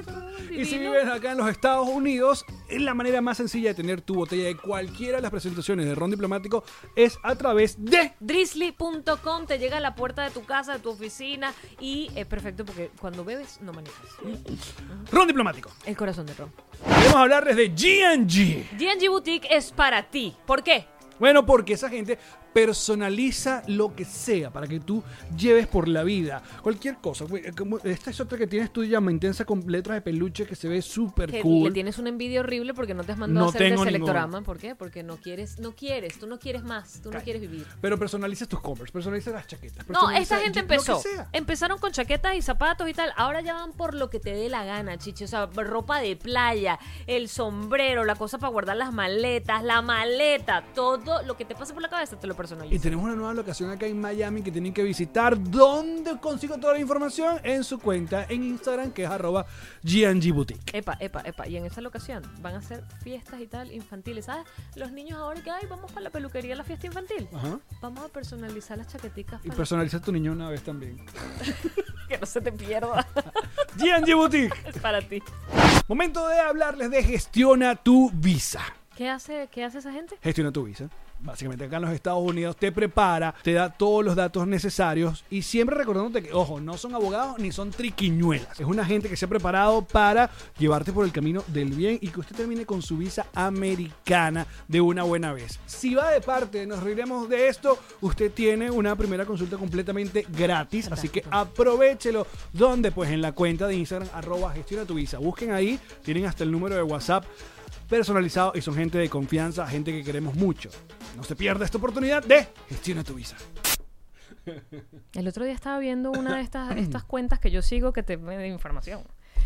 D: Y si vives acá en los Estados Unidos, la manera más sencilla de tener tu botella de cualquiera de las presentaciones de ron diplomático es a través de
C: Drizzly.com te llega a la puerta de tu casa, de tu oficina y es perfecto porque cuando bebes no manejas.
D: ron diplomático.
C: El corazón del ron.
D: Queremos hablarles de G&G.
C: G&G Boutique es para ti. ¿Por qué?
D: Bueno, porque esa gente personaliza lo que sea para que tú lleves por la vida. Cualquier cosa. Como esta es otra que tienes tú, llama intensa, con letras de peluche que se ve súper
C: Que
D: cool.
C: le tienes una envidia horrible porque no te has mandado
D: No
C: a hacer
D: tengo
C: deselectorama.
D: ninguno.
C: ¿Por qué? Porque tú no quieres más, tú no quieres vivir.
D: Pero personalizas tus covers, personalizas las chaquetas.
C: No,
D: personaliza
C: esa gente
D: lo que
C: empezó.
D: sea.
C: Empezaron con chaquetas y zapatos y tal. Ahora ya van por lo que te dé la gana, chichi. O sea, ropa de playa, el sombrero, la cosa para guardar las maletas, la maleta, todo lo que te pase por la cabeza te lo
D: Y
C: personalizas.
D: tenemos una nueva locación acá en Miami que tienen que visitar. ¿Dónde consigo toda la información? En su cuenta en Instagram, que es @GNGBoutique.
C: Epa. Y en esta locación van a hacer fiestas y tal infantiles. ¿Sabes? Los niños ahora que ay, vamos para la peluquería a la fiesta infantil.
D: Ajá.
C: Vamos a personalizar las chaqueticas
D: Y
C: para
D: personaliza a tu niño una vez también.
C: que no se te pierda.
D: GNG Boutique.
C: Es para ti.
D: Momento de hablarles de Gestiona tu Visa.
C: ¿Qué hace esa gente?
D: Gestiona tu Visa. Básicamente acá en los Estados Unidos te prepara, te da todos los datos necesarios y siempre recordándote que, ojo, no son abogados ni son triquiñuelas. Es una gente que se ha preparado para llevarte por el camino del bien y que usted termine con su visa americana de una buena vez. Si va de parte, nos reiremos de esto, usted tiene una primera consulta completamente gratis, así que aprovéchelo. ¿Dónde? Pues en la cuenta de Instagram, @Gestiona tu Visa. Busquen ahí, tienen hasta el número de WhatsApp personalizado y son gente de confianza, gente que queremos mucho. No se pierda esta oportunidad de Gestiona tu Visa.
C: El otro día estaba viendo una de estas cuentas que yo sigo que te da información.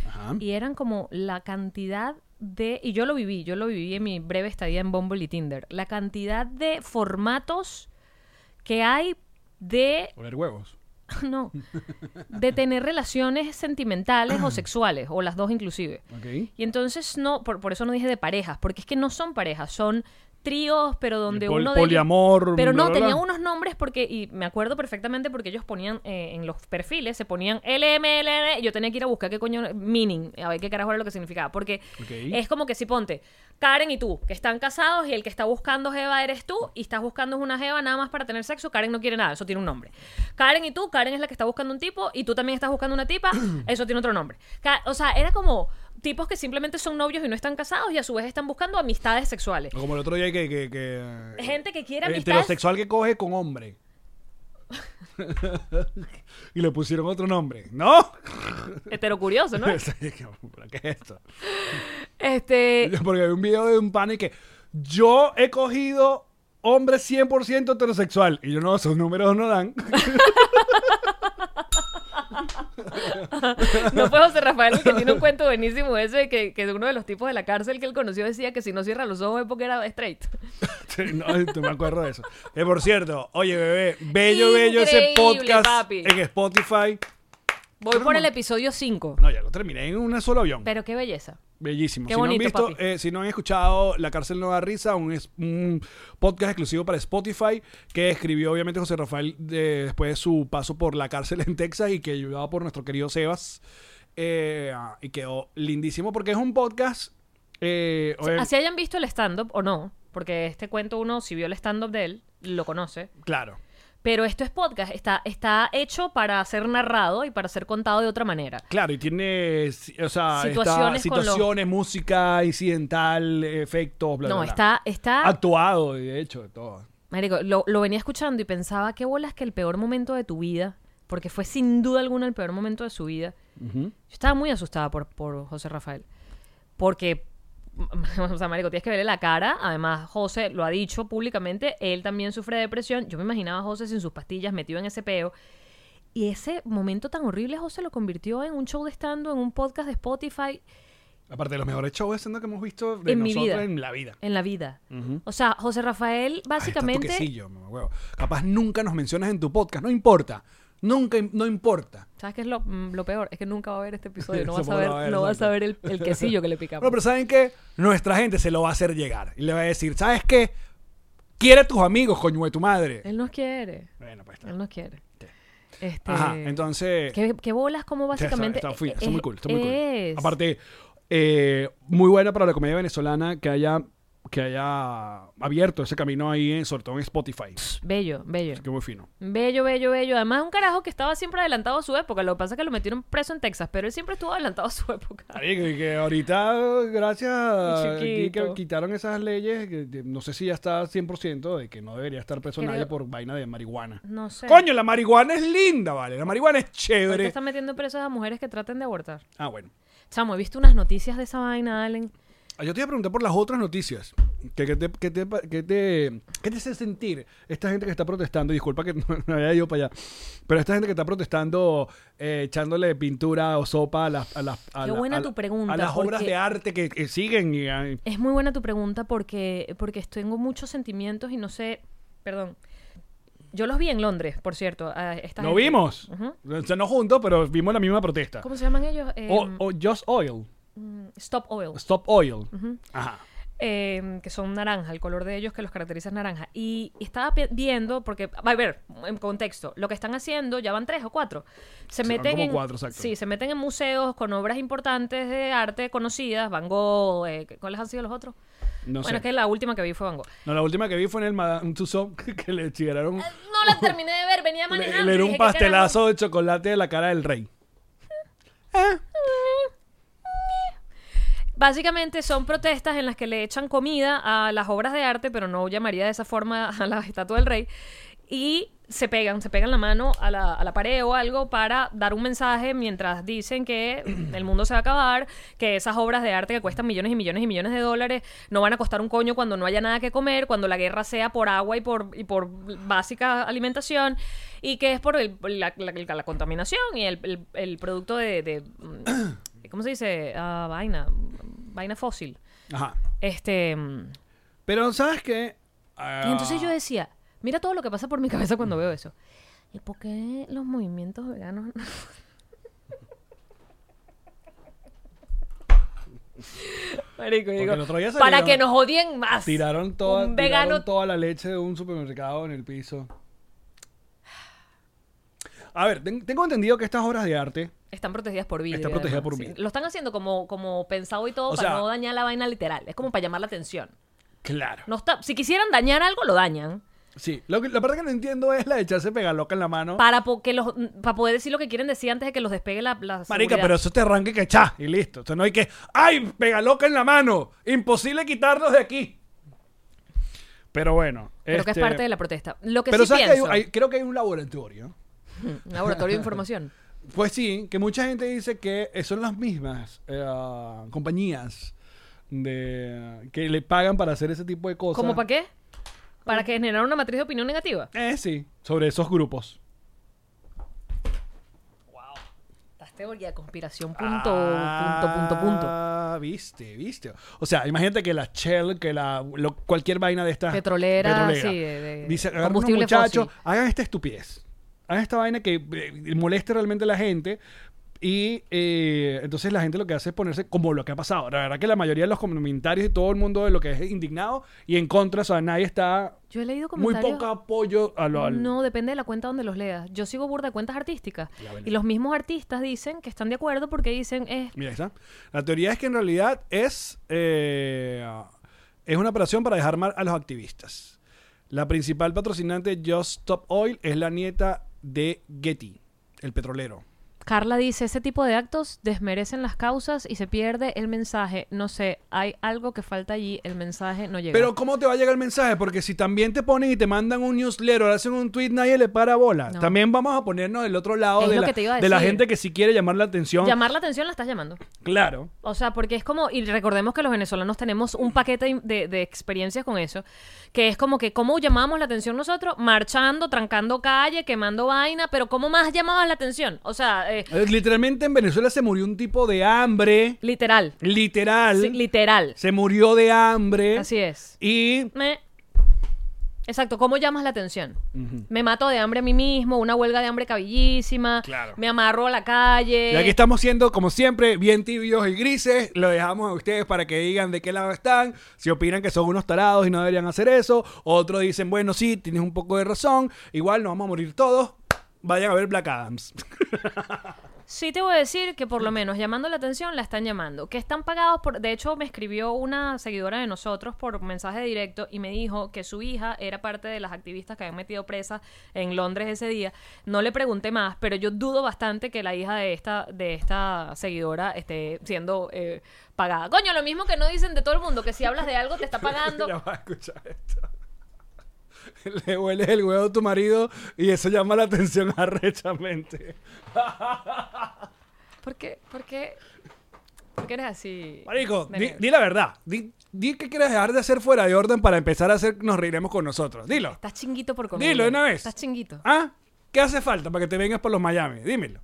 D: Ajá.
C: Y eran como la cantidad de... Y yo lo viví en mi breve estadía en Bumble y Tinder. La cantidad de formatos que hay de...
D: Oler huevos.
C: No. De tener relaciones sentimentales o sexuales, o las dos inclusive.
D: Ok.
C: Y entonces no, por eso no dije de parejas, porque es que no son parejas, son tríos, pero donde uno de ellos...
D: Poliamor.
C: Pero no,
D: bla, bla, bla.
C: tenía unos nombres porque, y me acuerdo perfectamente porque ellos ponían en los perfiles, se ponían LMLN, y yo tenía que ir a buscar qué coño, meaning, a ver qué carajo era lo que significaba, porque
D: Ok.
C: es como que si ponte, Karen y tú, que están casados y el que está buscando jeva eres tú, y estás buscando una jeva nada más para tener sexo, Karen no quiere nada, eso tiene un nombre. Karen y tú, Karen es la que está buscando un tipo, y tú también estás buscando una tipa, eso tiene otro nombre. O sea, era como tipos que simplemente son novios y no están casados y a su vez están buscando amistades sexuales.
D: O como el otro día
C: Gente que quiere amistades.
D: heterosexual que coge con hombre. Y le pusieron otro nombre. ¡No!
C: Heterocurioso, ¿no?
D: ¿Pero qué es esto?
C: Este,
D: Porque hay un video de un pan y que yo he cogido hombre 100% heterosexual. Y yo no, esos números no dan.
C: no fue José Rafael el que tiene un cuento buenísimo ese que uno de los tipos de la cárcel que él conoció decía que si no cierra los ojos es porque era straight.
D: No, tú me acuerdo de eso. Por cierto, oye, bebé, bello ese
C: Increíble,
D: podcast
C: papi.
D: en Spotify.
C: Voy por el episodio 5.
D: No, ya lo terminé en un solo avión.
C: Pero qué belleza.
D: Bellísimo.
C: Qué
D: Si
C: bonito,
D: no han visto,
C: papi.
D: si no han escuchado La Cárcel No Da Risa, un podcast exclusivo para Spotify que escribió obviamente José Rafael después de su paso por la cárcel en Texas y que ayudado por nuestro querido Sebas. Y quedó lindísimo porque es un podcast...
C: Así hayan visto el stand-up o no, porque este cuento uno, si vio el stand-up de él, lo conoce.
D: Claro.
C: Pero esto es podcast, está hecho para ser narrado y para ser contado de otra manera.
D: Claro, y tiene, o sea,
C: Situaciones
D: música incidental, efectos, bla,
C: No,
D: bla, bla.
C: está
D: Actuado, de hecho, de todo.
C: Marico, lo venía escuchando y pensaba, qué bolas que el peor momento de tu vida, porque fue sin duda alguna el peor momento de su vida.
D: Ujú.
C: Yo estaba muy asustada por José Rafael. Porque, o sea, marico, tienes que verle la cara. Además, José lo ha dicho públicamente, él también sufre de depresión. Yo me imaginaba a José sin sus pastillas, metido en ese peo. Y ese momento tan horrible, José lo convirtió en un show de stand-up, en un podcast de Spotify.
D: Aparte de los mejores shows de stand-up que hemos visto de
C: En mi
D: nosotros
C: vida.
D: en la vida.
C: En la vida.
D: Ujú.
C: O sea, José Rafael, básicamente...
D: Ay, está toquecillo, mamá huevo. Capaz nunca nos mencionas en tu podcast, no importa. Nunca, no importa.
C: ¿Sabes qué es lo peor? Es que nunca va a ver este episodio. No
D: Eso
C: vas a ver,
D: no va a ver,
C: no vas a
D: exacto.
C: ver el quesillo que le picamos.
D: Bueno, pero ¿saben qué? Nuestra gente se lo va a hacer llegar. Y le va a decir, ¿sabes qué? Quiere a tus amigos, coño de tu madre.
C: Él nos quiere.
D: Bueno, pues está.
C: Él nos quiere.
D: Sí.
C: Este,
D: Ajá, entonces...
C: ¿Qué bolas como básicamente...
D: Está muy cool, está muy cool.
C: es-
D: Aparte, muy buena para la comedia venezolana que haya abierto ese camino ahí, sobre todo en Spotify.
C: Bello, bello.
D: Así que muy fino.
C: Bello, bello, bello. Además, un carajo que estaba siempre adelantado a su época. Lo que pasa es que lo metieron preso en Texas, pero él siempre estuvo adelantado a su época.
D: Ay, que ahorita, gracias a
C: Chiquito.
D: que quitaron esas leyes, no sé si ya está 100% de que no debería estar preso
C: Creo-
D: nadie por vaina de marihuana.
C: No sé.
D: Coño, la marihuana es linda, vale. La marihuana es
C: Ahorita
D: chévere.
C: están metiendo presos a mujeres que traten de abortar.
D: Ah, bueno.
C: Chamo, he visto unas noticias de esa vaina, Allen.
D: Yo te iba a preguntar por las otras noticias. ¿Qué te hace sentir esta gente que está protestando? Disculpa que no había ido para allá. Pero esta gente que está protestando, echándole pintura o sopa
C: Qué buena tu pregunta,
D: a las obras
C: porque-
D: de arte que siguen.
C: Es muy buena tu pregunta porque tengo muchos sentimientos y no sé... Perdón. Yo los vi en Londres, por cierto. A esta
D: ¿Lo
C: gente.
D: vimos?
C: Ujú.
D: O sea, no juntos, pero vimos la misma protesta.
C: ¿Cómo se llaman ellos?
D: O Just Oil.
C: Stop Oil.
D: Stop Oil. Ajá.
C: Que son naranja, el color de ellos que los caracteriza es naranja. Y estaba viendo, porque, a ver, en contexto, lo que están haciendo, ya van 3 o 4. Se
D: Sí, van
C: meten
D: como
C: en
D: 4, exacto.
C: Sí, se meten en museos con obras importantes de arte conocidas, Van Gogh, ¿cuáles han sido los otros?
D: No
C: Bueno,
D: sé.
C: es que la última que vi fue Van Gogh.
D: No, la última que vi fue en el Madame Tussauds que le tiraron...
C: No la terminé de ver, venía manejando.
D: Le
C: y
D: dieron
C: dije,
D: un
C: ¿qué carajo?
D: pastelazo de chocolate de la cara del rey.
C: Básicamente son protestas en las que le echan comida a las obras de arte, pero no llamaría de esa forma a la estatua del rey. Y se pegan la mano a la pared o algo para dar un mensaje mientras dicen que el mundo se va a acabar, que esas obras de arte que cuestan millones y millones y millones de dólares no van a costar un coño cuando no haya nada que comer, cuando la guerra sea por agua y por básica alimentación, y que es por la contaminación y el producto ¿cómo se dice? Vaina fósil.
D: Ajá.
C: Y
D: Pero, ¿sabes qué?
C: entonces yo decía, mira todo lo que pasa por mi cabeza cuando veo eso. ¿Y por qué los movimientos veganos? Marico, digo,
D: el otro día
C: para
D: salieron-
C: que nos odien más.
D: Tiraron
C: Un vegano-
D: toda la leche de un supermercado en el piso. A ver, tengo entendido que estas obras de arte...
C: Están protegidas por vidrio.
D: Está protegida por
C: sí.
D: vidrio.
C: Lo están haciendo como pensado y todo
D: O
C: para
D: sea-
C: no dañar la vaina literal. Es como para llamar la atención.
D: Claro.
C: No está, si quisieran dañar algo, lo dañan.
D: Sí. La parte que no entiendo es la de echarse pegaloca en la mano.
C: Para poder decir lo que quieren decir antes de que los despegue la
D: Marica,
C: seguridad.
D: pero eso te arranque que echá y listo. O sea, no hay que... ¡Ay, pegaloca en la mano! Imposible quitarlos de aquí. Pero bueno.
C: Creo que es parte de la protesta. Lo que
D: Pero
C: sí
D: ¿sabes
C: pienso...
D: que creo que hay un laboratorio.
C: Un laboratorio de información.
D: Pues sí, que mucha gente dice que son las mismas compañías que le pagan para hacer ese tipo de cosas.
C: ¿Cómo para qué? Para que generar una matriz de opinión negativa.
D: Sí, sobre esos grupos.
C: Estás teoría de conspiración punto.
D: Viste. O sea, imagínate que la Shell, que cualquier vaina de estas...
C: Petrolera, sí, de
D: dice, agarren unos
C: combustible
D: muchachos,
C: fósil.
D: hagan esta estupidez. Hagan esta vaina que moleste realmente a la gente. Y entonces la gente lo que hace es ponerse como lo que ha pasado. La verdad que la mayoría de los comentarios y todo el mundo de lo que es indignado y en contra, o sea, nadie está...
C: Yo he leído
D: Muy
C: comentarios...
D: poco apoyo a lo...
C: No, depende de la cuenta donde los leas. Yo sigo burda de cuentas artísticas.
D: Ya, bueno.
C: Y los mismos artistas dicen que están de acuerdo porque dicen...
D: Mira, ahí está. La teoría es que en realidad es una operación para dejar mal a los activistas. La principal patrocinante de Just Stop Oil es la nieta de Getty, el petrolero.
C: Carla dice, ese tipo de actos desmerecen las causas y se pierde el mensaje. No sé, hay algo que falta allí, el mensaje no llega.
D: Pero ¿cómo te va a llegar el mensaje? Porque si también te ponen y te mandan un newsletter, hacen un tweet, nadie le para bola.
C: No.
D: También vamos a ponernos del otro lado
C: Es
D: de
C: lo
D: la,
C: que te iba a
D: de la
C: decir.
D: gente que sí quiere llamar la atención.
C: Llamar la atención la estás llamando.
D: Claro.
C: O sea, porque es como, y recordemos que los venezolanos tenemos un paquete de experiencias con eso, que es como que, ¿cómo llamamos la atención nosotros? Marchando, trancando calle, quemando vaina, pero ¿cómo más llamabas la atención? O sea,
D: Literalmente en Venezuela se murió un tipo de hambre.
C: literal.
D: Literal.
C: Sí, literal.
D: Se murió de hambre.
C: Así es.
D: Y
C: Exacto, ¿cómo llamas la atención? Me mato de hambre a mí mismo, una huelga de hambre cabillísima,
D: Claro.
C: me amarro a la calle.
D: y aquí estamos siendo, como siempre, bien tibios y grises. Lo dejamos a ustedes para que digan de qué lado están. Si opinan que son unos tarados y no deberían hacer eso. Otros dicen, bueno, sí, tienes un poco de razón. Igual nos vamos a morir todos. Vayan a ver Black Adams.
C: Sí te voy a decir que por lo menos llamando la atención la están llamando. Que están pagados por... De hecho, me escribió una seguidora de nosotros por mensaje directo y me dijo que su hija era parte de las activistas que habían metido presas en Londres ese día. No le pregunté más, pero yo dudo bastante que la hija de esta seguidora esté siendo pagada. Coño, lo mismo que no dicen de todo el mundo, que si hablas de algo te está pagando.
D: Ya vas a escuchar esto. Le hueles el huevo a tu marido y eso llama la atención arrechamente.
C: ¿Por qué eres así?
D: Marico,
C: de negro?
D: di la verdad. Di que quieres dejar de hacer fuera de orden para empezar a hacer nos reiremos con nosotros. Dilo.
C: Estás chinguito por comer.
D: Dilo de una vez.
C: Estás chinguito.
D: ¿Ah? ¿Qué hace falta para que te vengas por los Miami? Dímelo.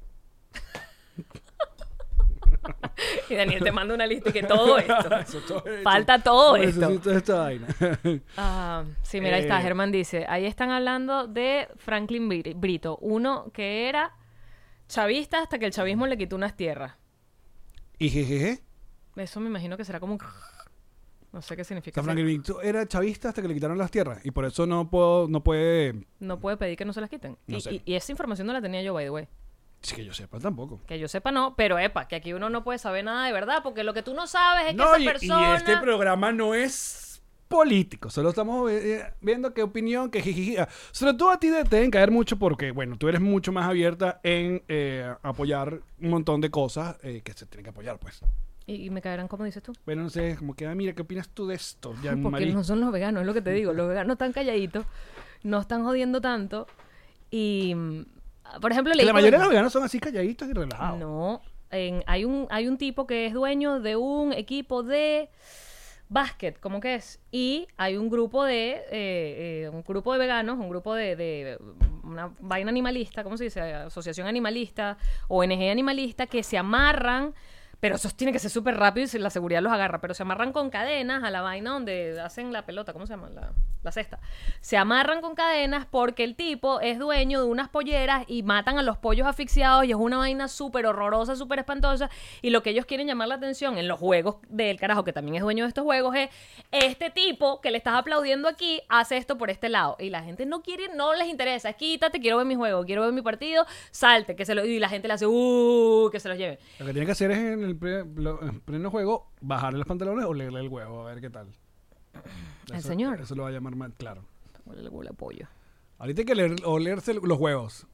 C: Y Daniel te manda una lista y que todo esto.
D: Eso, todo hecho.
C: Falta todo esto.
D: Necesito esta vaina.
C: Sí, mira, ahí está.
D: Eh.
C: Germán dice, ahí están hablando de Franklin Brito, uno que era chavista hasta que el chavismo le quitó unas tierras.
D: Y jejeje.
C: Eso me imagino que será como... No sé qué significa.
D: San Franklin Brito era chavista hasta que le quitaron las tierras. Y por eso no puede...
C: No puede pedir que no se las quiten.
D: No sé.
C: Y esa información no la tenía yo, by the way.
D: Sí, que yo sepa tampoco.
C: Que yo sepa no, pero epa, que aquí uno no puede saber nada de verdad, porque lo que tú no sabes es que
D: No,
C: esa
D: y
C: persona...
D: este programa no es político. Solo estamos viendo qué opinión, qué jijiji. Sobre todo a ti te deben caer mucho porque, bueno, tú eres mucho más abierta en apoyar un montón de cosas que se tienen que apoyar, pues.
C: Y me caerán como dices tú.
D: Bueno, no sé, como que, mira, ¿qué opinas tú de esto,
C: Porque
D: Jean-Marie?
C: no son los veganos, es lo que te digo. Los veganos están calladitos, no están jodiendo tanto. Y, por ejemplo,
D: Que
C: leí
D: la
C: por-
D: mayoría de los veganos son así calladitos y relajados.
C: No, hay un tipo que es dueño de un equipo de básquet, ¿cómo que es? Y hay un grupo de veganos, un grupo de una vaina animalista, ¿cómo se dice? Asociación animalista, ONG animalista, que se amarran Pero eso tiene que ser súper rápido y la seguridad los agarra. Pero se amarran con cadenas a la vaina donde hacen la pelota. ¿Cómo se llama? La cesta. Se amarran con cadenas porque el tipo es dueño de unas polleras y matan a los pollos asfixiados y es una vaina súper horrorosa, súper espantosa. Y lo que ellos quieren llamar la atención en los juegos del carajo, que también es dueño de estos juegos, es este tipo que le estás aplaudiendo aquí, hace esto por este lado. Y la gente no quiere, no les interesa. Es quítate, quiero ver mi juego, quiero ver mi partido, salte, y la gente le hace, que se los lleve.
D: Lo que tiene que hacer es en el pleno juego bajarle los pantalones o leerle el huevo, a ver qué tal.
C: El señor.
D: Eso lo va a llamar más claro.
C: Huele el pollo.
D: Ahorita hay que olerse los huevos.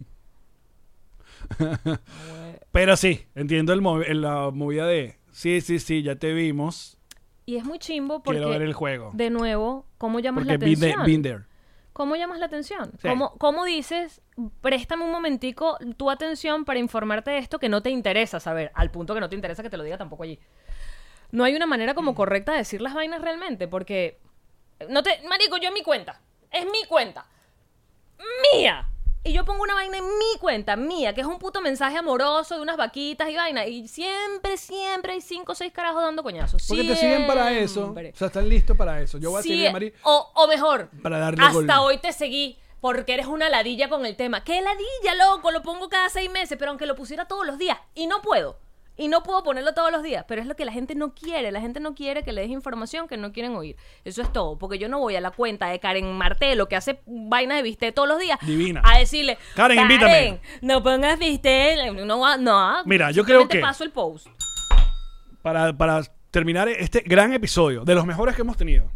D: Pero sí, entiendo la movida de sí, ya te vimos.
C: Y es muy chimbo porque
D: quiero ver el juego.
C: De nuevo, ¿cómo llamas la
D: porque
C: atención?
D: been there.
C: ¿Cómo llamas la atención?
D: Sí.
C: ¿Cómo dices, préstame un momentico tu atención para informarte de esto que no te interesa saber, al punto que no te interesa que te lo diga tampoco allí? No hay una manera como correcta de decir las vainas realmente, porque marico, yo en mi cuenta, es mi cuenta, mía, y yo pongo una vaina en mi cuenta, mía, que es un puto mensaje amoroso de unas vaquitas y vaina, y siempre hay 5 o 6 carajos dando coñazos.
D: Porque te siguen para eso, o sea, están listos para eso. Yo voy a seguir, Mari,
C: o mejor,
D: para darle
C: hasta
D: gol.
C: hoy te seguí porque eres una ladilla con el tema. ¿Qué ladilla, loco? Lo pongo cada 6 meses, pero aunque lo pusiera todos los días, y no puedo ponerlo todos los días, pero es lo que la gente no quiere. La gente no quiere que le des información que no quieren oír. Eso es todo, porque yo no voy a la cuenta de Karen Martelo, que hace vainas de bistec todos los días,
D: divina,
C: a decirle,
D: Karen, invítame,
C: no pongas bistec, no.
D: Mira, yo creo que
C: paso el post.
D: Para terminar este gran episodio, de los mejores que hemos tenido.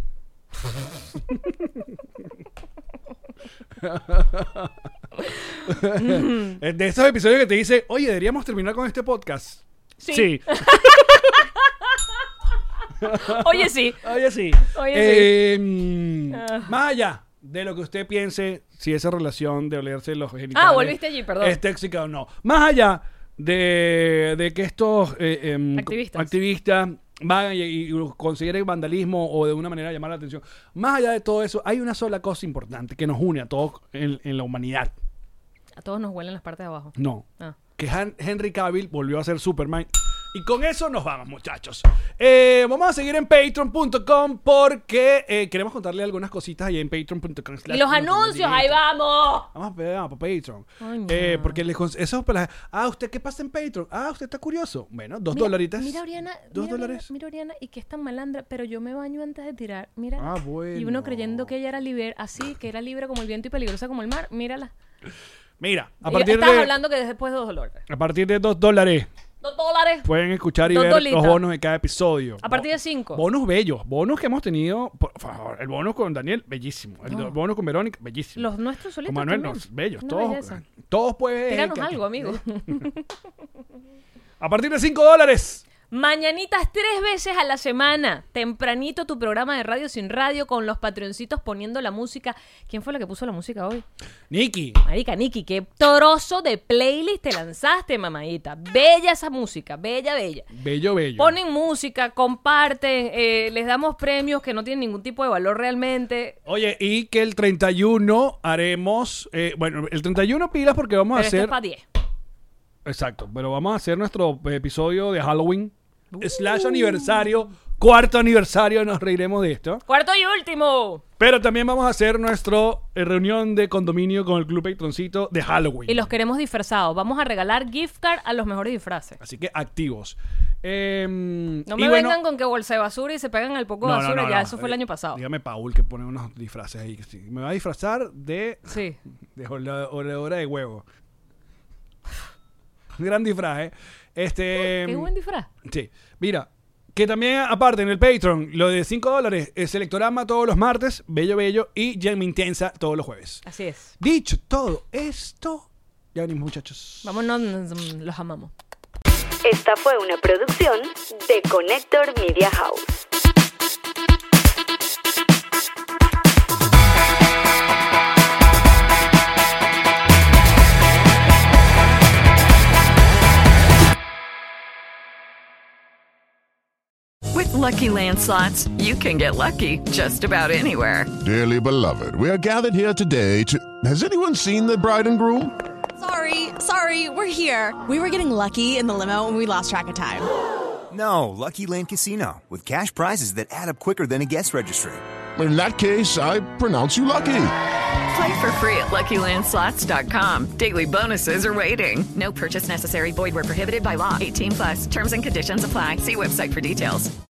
D: De esos episodios que te dice, oye, deberíamos terminar con este podcast. Sí.
C: Oye, sí.
D: Más allá de lo que usted piense, si esa relación de olerse los genitales
C: volviste allí, perdón,
D: es tóxica o no. Más allá de que estos activistas van y consideren vandalismo o de una manera llamar la atención. Más allá de todo eso, hay una sola cosa importante que nos une a todos en la humanidad.
C: A todos nos huelen las partes de abajo.
D: No.
C: Ah.
D: Que Henry Cavill volvió a ser Superman. Y con eso nos vamos, muchachos. Vamos a seguir en patreon.com porque queremos contarle algunas cositas ahí en patreon.com.
C: Y los anuncios, ahí vamos.
D: Vamos para Patreon.
C: Ay, no.
D: Porque eso para ¿usted qué pasa en Patreon? ¿Usted está curioso? Bueno, $2.
C: Mira, Oriana.
D: $2.
C: Mira, Oriana, y que es tan malandra, pero yo me baño antes de tirar. Mira.
D: Bueno.
C: Y uno creyendo que ella era libre, así, que era libre como el viento y peligrosa como el mar. Mírala.
D: Mira,
C: Estás hablando que después de $2.
D: A partir de $2.
C: $2.
D: Pueden escuchar y ver
C: $2.
D: los bonos de cada episodio.
C: A partir de 5.
D: Bonos bellos. Bonos que hemos tenido. Por favor, el bonus con Daniel, bellísimo. El bonus con Verónica, bellísimo.
C: Los nuestros solitos
D: con Manuel,
C: también.
D: Bellos.
C: Una
D: Todos.
C: belleza.
D: Todos pueden.
C: Tíranos algo, amigo.
D: A partir de $5.
C: Mañanitas 3 veces a la semana. Tempranito tu programa de Radio Sin Radio con los patroncitos poniendo la música. ¿Quién fue la que puso la música hoy?
D: Nikki.
C: Marica, Nikki, qué trozo de playlist te lanzaste, mamadita. Bella esa música, bella.
D: Bello.
C: Ponen música, comparten, les damos premios que no tienen ningún tipo de valor realmente.
D: Oye, y que el 31 haremos... el 31 pilas porque vamos
C: Pero
D: a hacer...
C: esto es para 10.
D: Exacto, pero vamos a hacer nuestro episodio de Halloween. / aniversario, 4º aniversario, nos reiremos de esto.
C: 4º y último.
D: Pero también vamos a hacer nuestra reunión de condominio con el Club Patroncito de Halloween.
C: Y los queremos disfrazados. Vamos a regalar gift card a los mejores disfraces.
D: Así que activos.
C: No me vengan con que bolsa de basura y se pegan al poco de basura. Ya, eso fue el año pasado.
D: Dígame, Paul, que pone unos disfraces ahí. Sí. Me va a disfrazar de...
C: Sí.
D: De oradora de huevo. Un gran disfraz,
C: Qué buen disfraz.
D: Sí. Mira, que también aparte en el Patreon, lo de $5 es Selectorama todos los martes, bello, y Jamie Intensa todos los jueves.
C: Así es.
D: Dicho todo esto, ya venimos, muchachos.
C: Vámonos, los amamos.
B: Esta fue una producción de Connector Media House.
G: With Lucky Land Slots, you can get lucky just about anywhere.
H: Dearly beloved, we are gathered here today to... Has anyone seen the bride and groom? Sorry, we're here. We were getting lucky in the limo and we lost track of time.
I: No, Lucky Land Casino, with cash prizes that add up quicker than a guest registry.
J: In that case, I pronounce you lucky.
G: Play for free at LuckyLandSlots.com. Daily bonuses are waiting. No purchase necessary. Void where prohibited by law. 18+. Terms and conditions apply. See website for details.